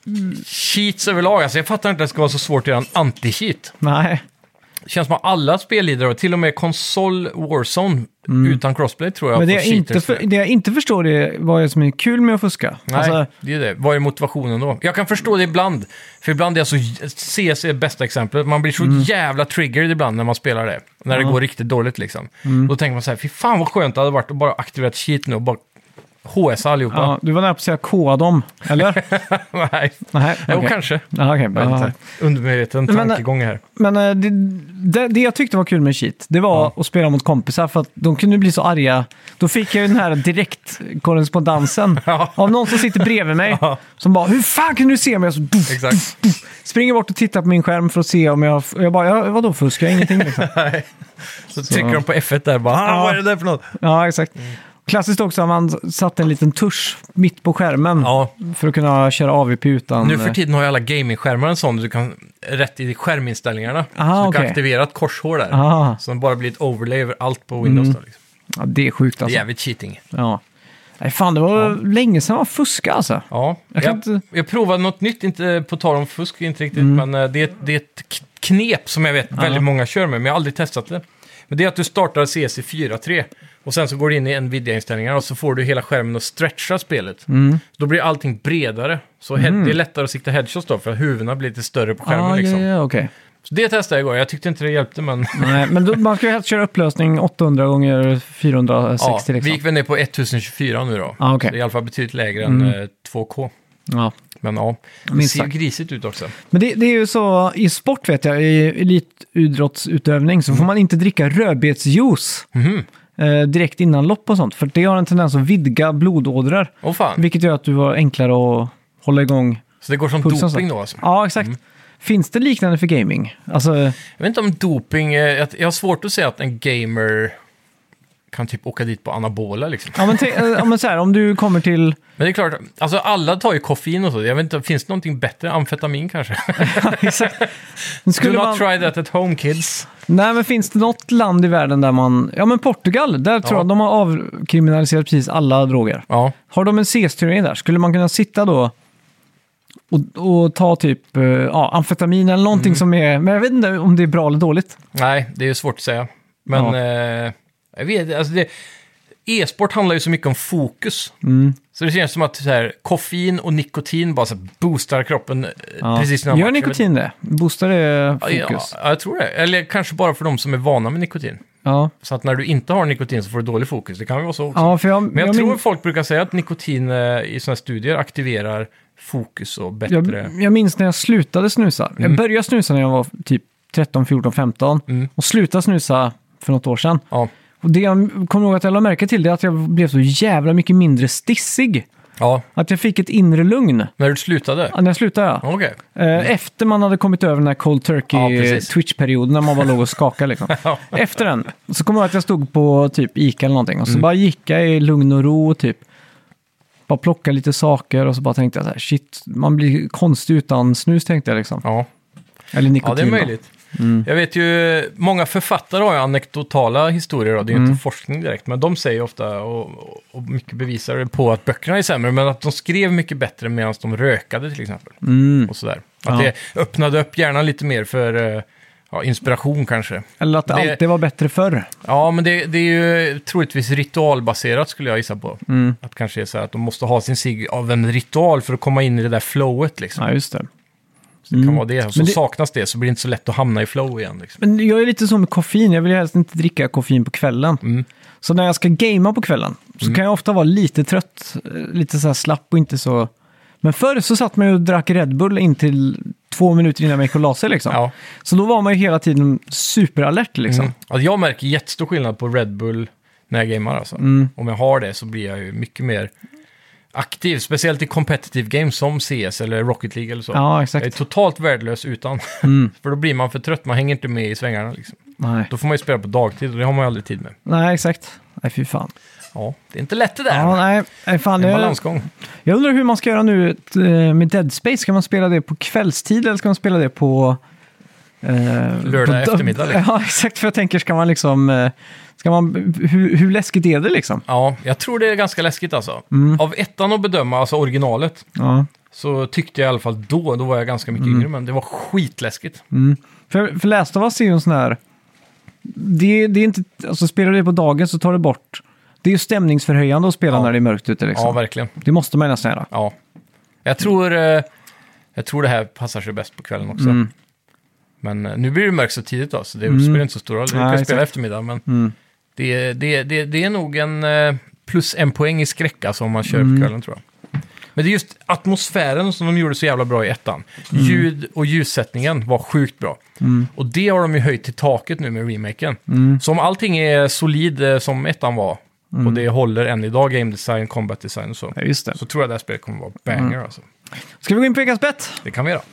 Cheats överlag, alltså jag fattar inte att det ska vara så svårt att göra en anti-cheat. Nej. Det känns som att alla spellidare, till och med konsol Warzone utan crossplay tror jag. Men det får cheaters. jag inte förstår är vad är som är kul med att fuska. Nej, Alltså, det är det. Vad är motivationen då? Jag kan förstå det ibland. För ibland är jag så... CS är det bästa exemplet. Man blir så jävla triggered ibland när man spelar det. När det går riktigt dåligt liksom. Då tänker man så här, fy fan vad skönt det hade varit att bara aktivera ett cheat nu och bara HS allihopa. ja, du var nära på att säga koa dem, eller? Nej, Nej, jo okej. kanske. Ja, okej. Jag vet inte. Undermedveten Men, tankegång här. Men det jag tyckte var kul med cheat, det var att spela mot kompisar för att de kunde bli så arga. Då fick jag ju den här direktkorrespondensen av någon som sitter bredvid mig som bara, hur fan kan du se mig? Och så, Exakt. springer bort och tittar på min skärm för att se om jag bara, vadå fuskar jag ingenting liksom. Så trycker de på F1 där bara, vad är det där för något? Ja, exakt. Klassiskt också att man satte en liten tusch mitt på skärmen Ja. för att kunna köra AVP utan... Nu för tiden har ju alla gaming-skärmar en sån, du kan rätt i skärminställningarna. Aha, så du kan okej. aktivera ett korshår där. Aha. Så det bara blir ett overlay över allt på Windows då, liksom. Ja, det är sjukt Det är alltså. jävligt cheating. Ja. Nej, fan, det var länge sedan man fuskade alltså. Ja, kan inte- jag provade något nytt, inte på tal om fusk, inte riktigt, men det är ett knep som jag vet väldigt många kör med, men jag har aldrig testat det. Men det är att du startar CS i 4.3 och sen så går du in i Nvidia-inställningar och så får du hela skärmen att stretcha spelet. Då blir allting bredare, så det är lättare att sikta headshots då, för att huvudena blir lite större på skärmen liksom. Ja, okej. Så det testade jag igår, jag tyckte inte det hjälpte, men... Nej, men då, man ska ju helst köra upplösning 800 gånger 460 Ja, liksom. vi gick väl ner på 1024 nu då. Ah, okej. Så det är i alla fall betydligt lägre än 2K. Ja. Men ja, det Minst ser sagt. grisigt ut också. Men det är ju så, i sport vet jag, i elitidrottsutövning så får man inte dricka rödbetsjuice direkt innan lopp och sånt. För det har en tendens att vidga blodådror. Åh fan, Vilket gör att du har enklare att hålla igång. så det går som pulsen doping så. då alltså? Ja, exakt. Finns det liknande för gaming? Alltså, Jag vet inte om doping, jag har svårt att säga att en gamer kan typ åka dit på anabola liksom. ja men så här, om du kommer till... Men det är klart, alltså alla tar ju koffein och så. Jag vet inte, finns det någonting bättre? Amfetamin kanske? Exakt. Do Skulle not man... try that at home, kids. Nej, men finns det något land i världen där man... Ja, men Portugal, där tror jag de har avkriminaliserat precis alla droger. Ja, Har de en CS-teori där? Skulle man kunna sitta då och ta typ amfetamin eller någonting som är... Men jag vet inte om det är bra eller dåligt. nej, det är svårt att säga. Men jag vet, alltså e-sport handlar ju så mycket om fokus. Så det känns som att så här, koffein och nikotin bara så här, boostar kroppen precis när Gör match. nikotin det? Boostar det fokus? Ja, jag tror det. Eller kanske bara för de som är vana med nikotin. Ja. Så att när du inte har nikotin så får du dålig fokus. Det kan ju vara så också. Ja, för Men jag tror folk brukar säga att nikotin i sådana studier aktiverar fokus och bättre... Jag minns när jag slutade snusa. Jag började snusa när jag var typ 13, 14, 15. Och slutade snusa för något år sedan. Ja. Och det jag kommer ihåg att jag lade märke till det är att jag blev så jävla mycket mindre stissig. Ja, Att jag fick ett inre lugn. när du slutade? När jag slutade, ja. Okej. Efter man hade kommit över den här cold Ja, turkey precis. Twitch-perioden när man bara låg och skakade liksom. Efter den så kommer jag ihåg att jag stod på typ Ica eller någonting och så bara gick jag i lugn och ro och typ bara plocka lite saker och så bara tänkte jag så här, shit, man blir konstig utan snus tänkte jag liksom. Ja. Eller nikotin. Ja, det är då. möjligt. Jag vet ju, många författare har ju anekdotala historier, och det är ju inte forskning direkt, men de säger ofta, och mycket bevisar det på att böckerna är sämre, men att de skrev mycket bättre medan de rökade till exempel. Och sådär. Att det öppnade upp hjärnan lite mer för inspiration kanske. Eller att det alltid var bättre förr. Ja, men det är ju troligtvis ritualbaserat skulle jag gissa på. Att kanske är så här att de måste ha sin cigg av en ritual för att komma in i det där flowet liksom. Ja, just det. Så det kan vara det. Så saknas det så blir det inte så lätt att hamna i flow igen. Liksom. Men jag är lite som med koffein. Jag vill helst inte dricka koffein på kvällen. Så när jag ska gamea på kvällen så kan jag ofta vara lite trött. Lite så här slapp och inte så... Men förr så satt man ju och drack Red Bull in till 2 minuter innan man gick och la sig liksom. Ja. Så då var man ju hela tiden superalert liksom. Alltså, jag märker jättestor skillnad på Red Bull när jag gamear. Alltså. Om jag har det så blir jag ju mycket mer aktiv. Speciellt i competitive games som CS eller Rocket League eller så. Ja, exakt. Jag är totalt värdelös utan. För då blir man för trött. Man hänger inte med i svängarna liksom. Nej. Då får man ju spela på dagtid och det har man ju aldrig tid med. Nej, exakt. Nej, fy fan. Ja, det är inte lätt det där. Ja, nej fan. Det är en balansgång. Jag undrar hur man ska göra nu med Dead Space. Ska man spela det på kvällstid eller ska man spela det på... lördag eftermiddag. Liksom. Ja, exakt. För jag tänker, ska man liksom... hur läskigt är det liksom? Ja, jag tror det är ganska läskigt alltså. Av ettan att bedöma, alltså originalet, så tyckte jag i alla fall då var jag ganska mycket yngre, men det var skitläskigt. För Last of Us är ju en sån här... Det är inte... Alltså spelar du det på dagen så tar det bort... Det är ju stämningsförhöjande att spela när det är mörkt ute liksom. Ja, verkligen. Det måste man nästan göra. Ja. Jag tror det här passar sig bäst på kvällen också. Men nu blir det mörkt så tidigt då, så det spelar inte så stor roll. Vi kan spela eftermiddag, men det är nog en plus en poäng i skräcka som man kör på kvällen, tror jag. Men det är just atmosfären som de gjorde så jävla bra i ettan. Ljud och ljussättningen var sjukt bra. Och det har de ju höjt till taket nu med remaken. Så om allting är solid som ettan var, och det håller än idag, game design, combat design och så, Ja, just det. så tror jag det här spelet kommer vara banger alltså. Ska vi gå in på veckans bett? Det kan vi göra.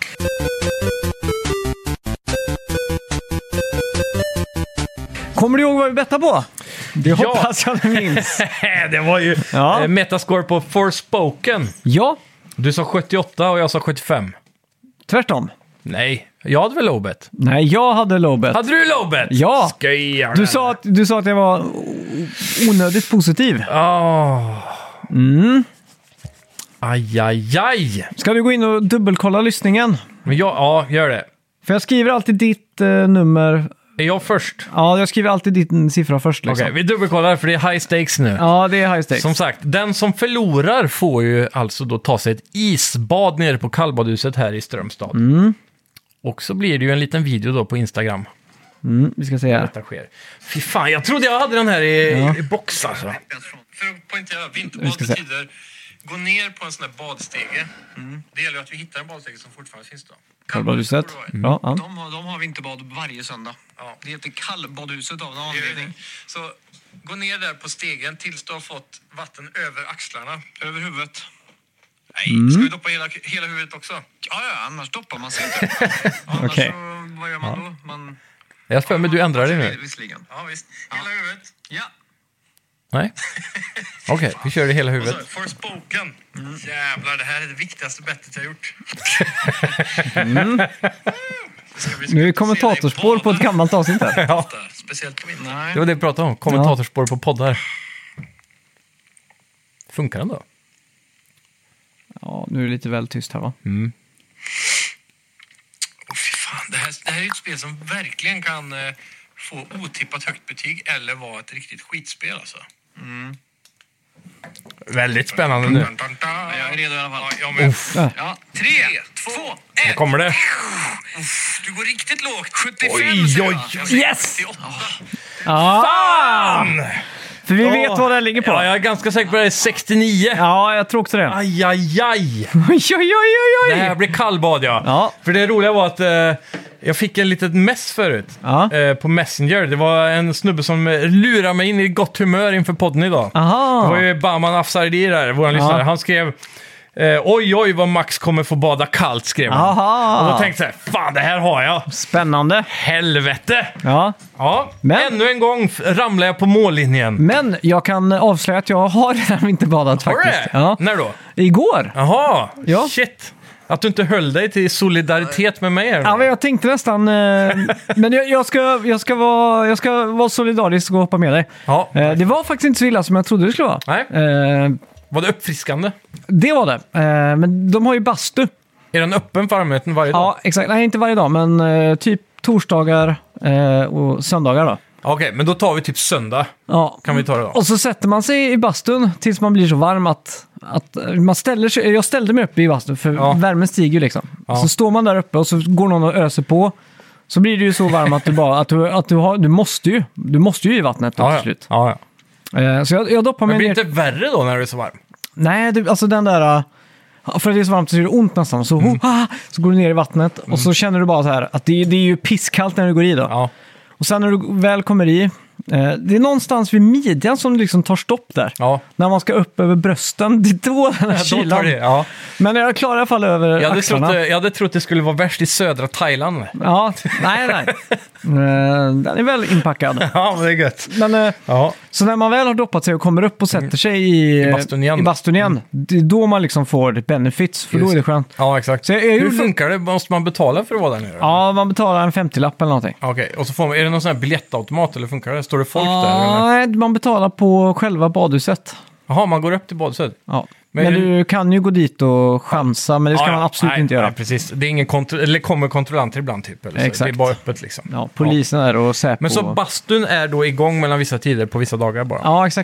Kommer du ihåg vad vi bettade på? Det hoppas jag du minns. Det var ju metascore på Forspoken. Ja, Du sa 78 och jag sa 75. tvärtom. Nej, jag hade väl lowbet? Nej, jag hade lowbet. Hade du lowbet? Ja. Skojar Du sa att jag var onödigt positiv. Aj, aj, aj. Ska du gå in och dubbelkolla lyssningen? Men ja, gör det. För jag skriver alltid ditt nummer. Är jag först? Ja, jag skriver alltid din siffra först. Liksom. Okej, vi dubbelkollar för det är high stakes nu. Ja, det är high stakes. Som sagt, den som förlorar får ju alltså då ta sig ett isbad nere på kallbadhuset här i Strömstad. Och så blir det ju en liten video då på Instagram. Vi ska se här. Detta sker. Fy fan, jag trodde jag hade den här i box alltså. För att poängtera, vinterbad betyder gå ner på en sån här badstege. Det gäller att vi hittar en badstege som fortfarande finns då. Kallbadhuset. Ja. De har vinterbad varje söndag. Ja. Det heter kallbadhuset av någon anledning. Så gå ner där på stegen tills du har fått vatten över axlarna. Över huvudet. Nej, ska vi doppa hela huvudet också? Ja, annars doppar man sig inte. Annars Okej. så, vad gör man då? Jag för mig du ändrar dig nu. Visserligen. Ja, visst. Hela huvudet. Ja. Nej? Okej, vi kör det hela Och huvudet. så, Forspoken. Jävlar, det här är det viktigaste bettet jag gjort. Nu är det kommentatorspår på ett gammalt avsnitt här. Ja, Speciellt på vintern. det var det vi pratade om. Kommentatorspår på poddar. Funkar den då? Ja, nu är det lite väl tyst här va? Fy fan, det här är ett spel som verkligen kan få otippat högt betyg eller vara ett riktigt skitspel alltså. Väldigt spännande nu. Jag är redo i alla fall. Ja, men. Ja, 3, 2, 1. Här kommer det. Du går riktigt lågt. 75 Oj, säger oj, jag. Jag säger yes! 78. Fan! För vi vet vad det ligger på. Ja, jag är ganska säker på att det är 69. Ja, jag tror också det. Aj, aj, aj. Oj. Det här blir kallbad, ja. Ja. För det roliga var att jag fick en litet mess förut på Messenger. Det var en snubbe som lurade mig in i gott humör inför podden idag. Aha. Det var ju Baman Afsardi där, vår lyssnare. Han skrev... oj, vad Max kommer få bada kallt, skrev han. Aha. Och då tänkte jag, fan, det här har jag. Spännande. Helvete! Ja. Ja, Men- ännu en gång ramlar jag på mållinjen. Men jag kan avslöja att jag har redan inte badat Har du faktiskt. det? Ja. När då? Igår. Jaha, Ja. shit. Att du inte höll dig till solidaritet med mig här. Ja, men jag tänkte nästan... men jag ska vara solidarisk och hoppa med dig. Ja. Det var faktiskt inte så illa som jag trodde det skulle vara. Nej. Var det uppfriskande? Det var det. Men de har ju bastu. Är den öppen för allmänheten varje dag? Ja, exakt. Nej, inte varje dag, men typ torsdagar och söndagar då. Okej, men då tar vi typ söndag. Ja. Kan vi ta det då? Och så sätter man sig i bastun tills man blir så varm att man ställer sig... Jag ställde mig uppe i bastun för värmen stiger ju liksom. Ja. Så står man där uppe och så går någon och öser på. Så blir det ju så varm att du bara... Du måste ju i vattnet då, till slut. Ja. Så jag doppar mig Men blir ner... det inte värre då när det är så varm? Nej, alltså den där... För att det är så varmt så är det ont nästan. Så, så går du ner i vattnet och så känner du bara så här att det är ju pisskallt när du går i då. Ja. Och sen när du väl kommer i, det är någonstans vid midjan som det liksom tar stopp där. Ja. När man ska upp över brösten, det är då den här Då tar kylan. det, ja. Men jag klarar i alla fall över axlarna. Jag hade trott det skulle vara värst i södra Thailand. Ja, nej. Den är väl inpackad. Ja, men det är gött. Men, Ja. så när man väl har doppat sig och kommer upp och sätter sig i bastun igen, det är då man liksom får benefits, för då är det skönt. Ja, exakt. Så Hur funkar det? Måste man betala för att vara där nere? Ja, man betalar en 50-lapp eller någonting. Okej, och så får man, är det någon sån här biljettautomat eller funkar det? Står det folk där? Eller? Nej, man betalar på själva badhuset. Jaha, man går upp till badhuset? Ja. Men Men är det- du kan ju gå dit och chansa, men det ska man absolut inte göra. Nej, precis. Det är ingen eller kommer kontrollanter ibland typ. Eller så. Exakt. Det är bara öppet liksom. Ja, polisen är och Säpo. Men så bastun är då igång mellan vissa tider på vissa dagar bara? Ja, exakt.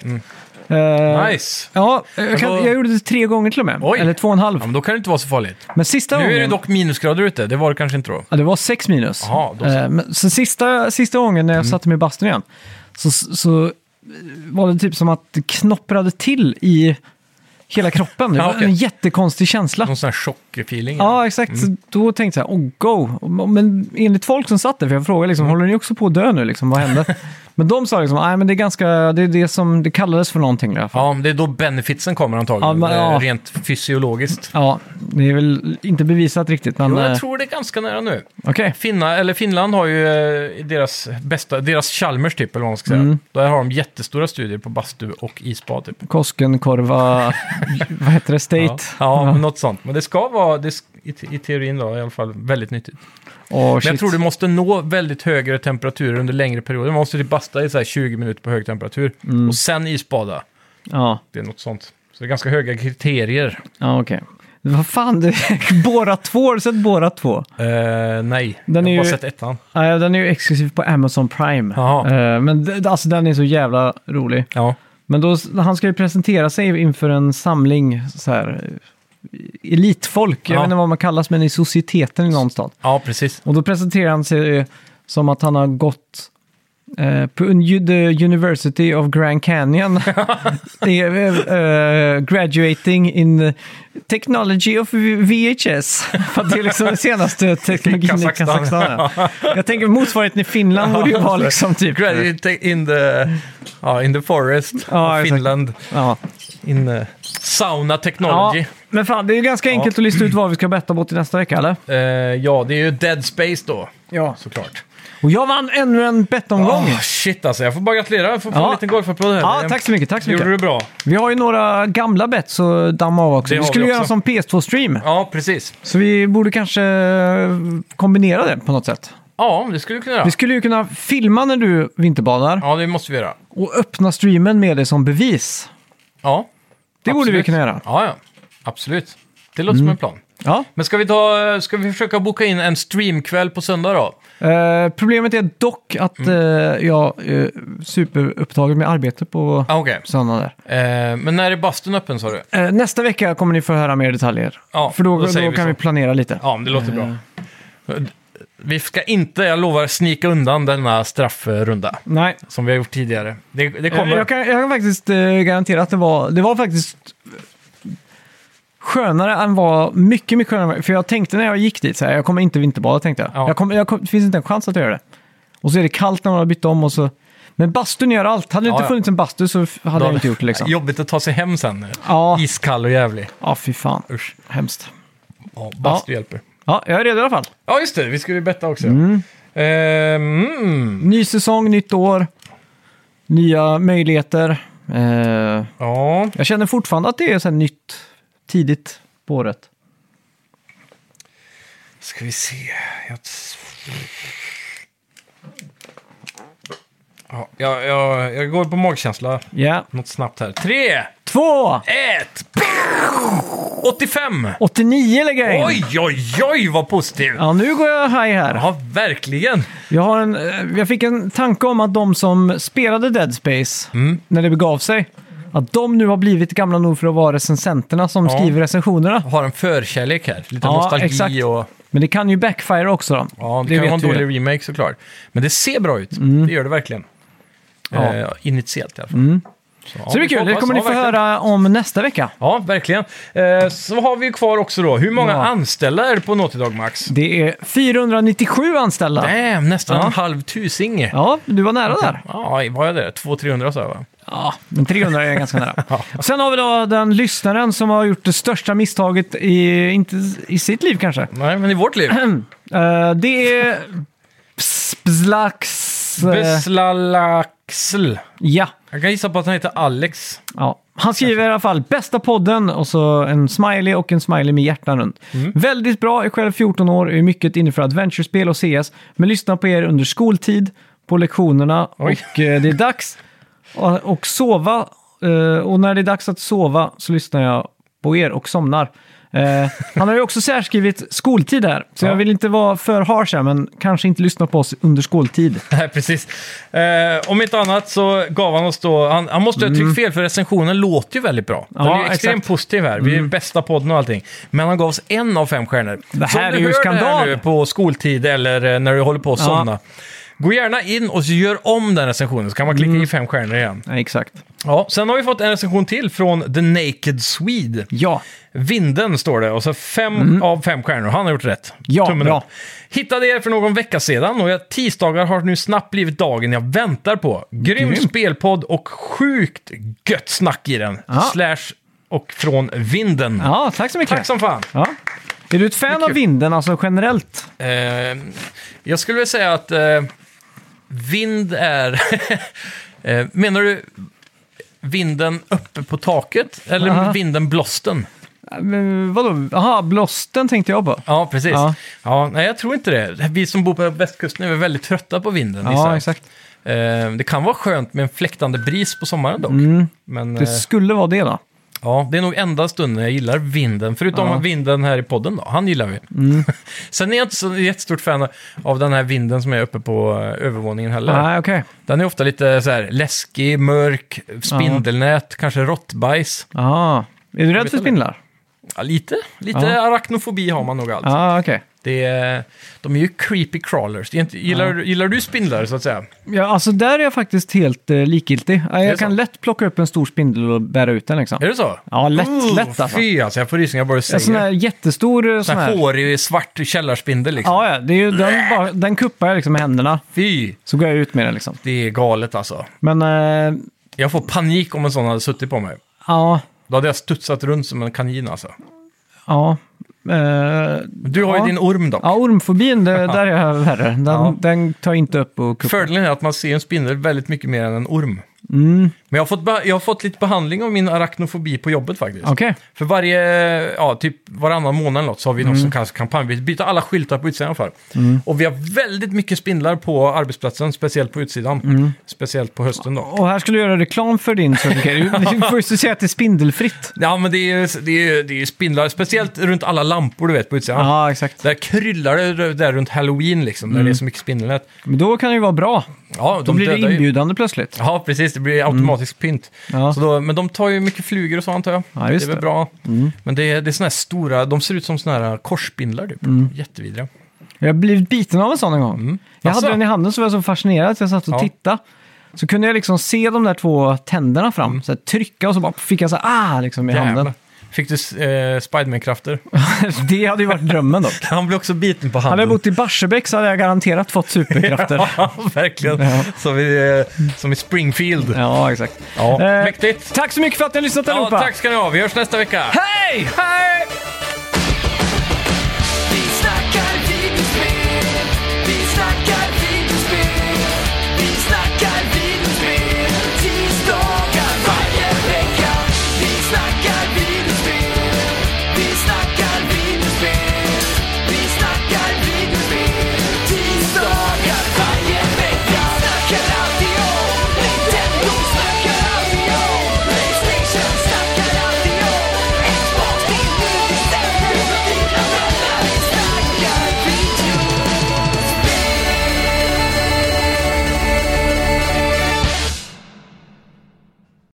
Nice! Ja, då- jag gjorde det 3 gånger till och med. Oj. Eller 2,5. Ja, men då kan det inte vara så farligt. Men sista Nu är det gången... dock minusgrader ute, det var det kanske inte då. Ja, det var 6 minus. Jaha, då så. Men så sista gången när jag satte mig i bastun igen så var det typ som att det knopprade till i hela kroppen. Det Ja, var okej. en jättekonstig känsla. Någon sån här chock-feeling. Ja, exakt. Så då tänkte jag, go! Men enligt folk som satt där, för jag frågade liksom, håller ni också på att dö nu? Liksom, vad hände? Men de sa liksom, nej men det är det som det kallades för någonting i alla fall. Ja, det är då benefitsen kommer antagligen. Ja, men, ja. Rent fysiologiskt. Ja, det är väl inte bevisat riktigt, men... Jo, jag tror det är ganska nära nu. Okej. Finland har ju deras Chalmers typ, eller vad man ska säga. Där har de jättestora studier på bastu och isbad typ. Koskenkorva, vad heter det, State? Ja, men något sånt. Men det ska vara, i teorin då, i alla fall väldigt nyttigt. Åh, Men shit. jag tror du måste nå väldigt högre temperaturer under längre perioder. Man måste typ basta i så här 20 minuter på hög temperatur. Och sen isbada. Ja, Det är något sånt. Så det är ganska höga kriterier. ja okej. Vad fan, Borat 2, har du sett Borat 2? Nej, Den jag är har bara ju- sett ettan. Nej, den är ju exklusiv på Amazon Prime. Jaha. Men alltså den är så jävla rolig. Ja. Men då, han ska ju presentera sig inför en samling så här, elitfolk. Jag Ja. vet inte vad man kallas, men i societeten i någon stad. Ja, precis. Och då presenterar han sig som att han har gått på the University of Grand Canyon. Det är, graduating in technology of VHS. För att det är liksom den senaste teknologin i Kazakstan. Jag tänker motsvarigheten i Finland borde ju vara liksom typ... Graduate in the forest Ja, of exakt. Finland. Ja. In sauna technology. Ja, men fan, det är ju ganska enkelt att lista ut vad vi ska betta på till nästa vecka, eller? Ja, det är ju Dead Space då, Ja. såklart. Och jag vann ännu en bettomgång. Shit alltså, jag får bara gratulera. Jag får få Ja. en liten golfapplåd här. Ja, tack så mycket, tack så Det gjorde mycket. du bra. Vi har ju några gamla bett så damma av också. Det Vi har skulle vi göra en också. sån PS2-stream. Ja, precis. Så vi borde kanske kombinera det på något sätt. Ja, det skulle du kunna göra. Vi skulle ju kunna filma när du vinterbadar Ja, det måste vi göra. och öppna streamen med det som bevis. Ja, Det borde vi absolut. kunna göra. Ja, absolut. Det låter som en plan. Ja. Men ska vi försöka boka in en streamkväll på söndag då? Problemet är dock att jag är superupptagen med arbete på Okej. söndag där. Men när är bastun öppen sa du? Nästa vecka kommer ni få höra mer detaljer. Ja, För då säger kan så. vi planera lite. Ja, men det låter bra. Vi ska inte, jag lovar, snika undan denna straffrunda Nej, som vi har gjort tidigare. Det kommer. jag kan faktiskt garantera att det var faktiskt skönare än vad, mycket, mycket skönare. För jag tänkte när jag gick dit, så här, jag kommer inte vinterbada tänkte jag. Ja. Det finns inte en chans att jag gör det. Och så är det kallt när man har bytt om och så... Men bastun gör allt. Hade det inte Ja. funnits en bastu så hade jag inte gjort det liksom. Jobbigt att ta sig hem sen. Ja. Iskall och jävlig. Ja, fy fan. Usch. Hemskt. Ja, bastu hjälper. Ja, jag är redo i alla fall. Ja, just det. Vi skulle ju betta också. Ny säsong, nytt år. Nya möjligheter. Ja. Jag känner fortfarande att det är så här nytt, tidigt på året. Ska vi se. Jag går på magkänsla. Ja. Något snabbt här. 3, 2, 1. 85! 89 lägger jag in. Oj, vad positiv! Ja, nu går jag high här. Ja, verkligen. Jag fick en tanke om att de som spelade Dead Space, när det begav sig, att de nu har blivit gamla nog för att vara recensenterna som skriver recensionerna. Har en förkärlek här. Lite nostalgi exakt. och... Men det kan ju backfire också då. Ja, det kan vara en vet vi dålig remake såklart. Men det ser bra ut. Det gör det verkligen. Initiellt i alla fall. Så det blir kul. Det kommer ni få höra om nästa vecka. Ja, verkligen. Så har vi kvar också då. Hur många anställda är det på Naughty Dog Max? Det är 497 anställda. Damn, nästan en halv tusing. Ja, du var nära där. Ja, vad är det? 200-300 så va? Ja, men 300 är ganska nära. Sen har vi då den lyssnaren som har gjort det största misstaget inte i sitt liv kanske. Nej, men i vårt liv. Det är Beslalaxl. Ja. Jag kan gissa på att han heter Alex. Ja. Han skriver i alla fall bästa podden och så en smiley och en smiley med hjärtan runt. Väldigt bra, jag är själv 14 år, är mycket inne för adventurespel och CS, men lyssnar på er under skoltid, på lektionerna och det är dags att sova. Och när det är dags att sova så lyssnar jag på er och somnar. Han har ju också särskrivit skoltid här, så jag vill inte vara för harsh här, men kanske inte lyssna på oss under skoltid. Nej, precis. Om inte annat så gav han oss då, han måste ha tryckt fel för recensionen låter ju väldigt bra. Den är ju extremt positiv här, vi är bästa podden och allting. Men han gav oss 1 av 5 stjärnor. Det här så är ju skandal. Det här nu på skoltid eller när du håller på att somna. Gå gärna in och så gör om den recensionen så kan man klicka i 5 stjärnor igen. Ja, exakt. Ja, sen har vi fått en recension till från The Naked Swede. Ja. Vinden står det och så 5 av 5 stjärnor. Han har gjort rätt. Ja, Tummen bra. upp. Hittade er för någon vecka sedan och tisdagar har nu snabbt blivit dagen jag väntar på. Grym spelpodd och sjukt gött snack i den. / och från Vinden. Ja, tack så mycket. Tack som fan. Ja. Är du ett fan av vinden, alltså generellt? Jag skulle vilja säga att vind är... menar du vinden uppe på taket eller vinden blåsten? Men vadå? Jaha, blåsten tänkte jag på. Ja, precis. Ja, nej, jag tror inte det. Vi som bor på västkusten är väldigt trötta på vinden. Ja, exakt. Det kan vara skönt med en fläktande bris på sommaren dock. Men, det skulle vara det då. Ja, det är nog enda stunden jag gillar vinden. Förutom vinden här i podden då. Han gillar vi. Sen är jag inte så jättestort fan av den här vinden som är uppe på övervåningen heller. Nej, okej. Den är ofta lite så här läskig, mörk, spindelnät, kanske råttbajs. Ja. Är du rädd för spindlar? Ja, lite arachnofobi har man nog allt. Ja, okej. De är ju creepy crawlers. Gillar du spindlar så att säga? Ja, alltså där är jag faktiskt helt likgiltig. Jag kan lätt plocka upp en stor spindel och bära ut den liksom. Är det så? Ja, lätt alltså. Fy, alltså jag får rysningar bara säger. En sån här jättestor... Sån här hårig, svart källarspindel liksom. Ja, det är ju den kuppar jag liksom med händerna. Fy! Så går jag ut med den liksom. Det är galet alltså. Men... Jag får panik om en sån hade suttit på mig. Ja. Då hade jag studsat runt som en kanin alltså. Ja. Du har ju din orm dock. Ja, ormfobin, där är jag värre. Den tar inte upp och kuppar. Fördelen är att man ser en spindel väldigt mycket mer än en orm. Men jag har fått lite behandling av min arachnofobi på jobbet faktiskt. Okej. För typ varannan månad eller något så har vi någon som kallas kampanj. Vi byter alla skyltar på utsidan för. Och vi har väldigt mycket spindlar på arbetsplatsen, speciellt på utsidan. Speciellt på hösten då. Och här skulle du göra reklam för din certifikat. Du får ju säga att det är spindelfritt. Ja, men det är spindlar, speciellt runt alla lampor du vet på utsidan. Ja, exakt. Där kryllar det där runt Halloween liksom, där det är så mycket spindelnät. Men då kan det ju vara bra. Ja, Då blir det inbjudande plötsligt. Ja, precis. Det blir automatisk pynt. Ja. Men de tar ju mycket flugor och så antar jag. Ja, just det är väl bra. Men det är såna här stora, de ser ut som såna här korsspindlar typ. Jättevidriga. Jag har blivit biten av en sån en gång. Jag hade den i handen så var jag så fascinerad att jag satt och tittade. Så kunde jag liksom se de där 2 tänderna fram. Så här, trycka och så bara fick jag så här, liksom i handen. Fick du Spiderman-krafter? Det hade ju varit drömmen dock. Han blev också biten på handen. Hade jag bott i Barsebäck så hade jag garanterat fått superkrafter. Ja, verkligen. Ja. Som i Springfield. Ja, exakt. Ja, mäktigt. Tack så mycket för att ni har lyssnat allihopa. Tack ska ni ha. Vi hörs nästa vecka. Hej! Hej!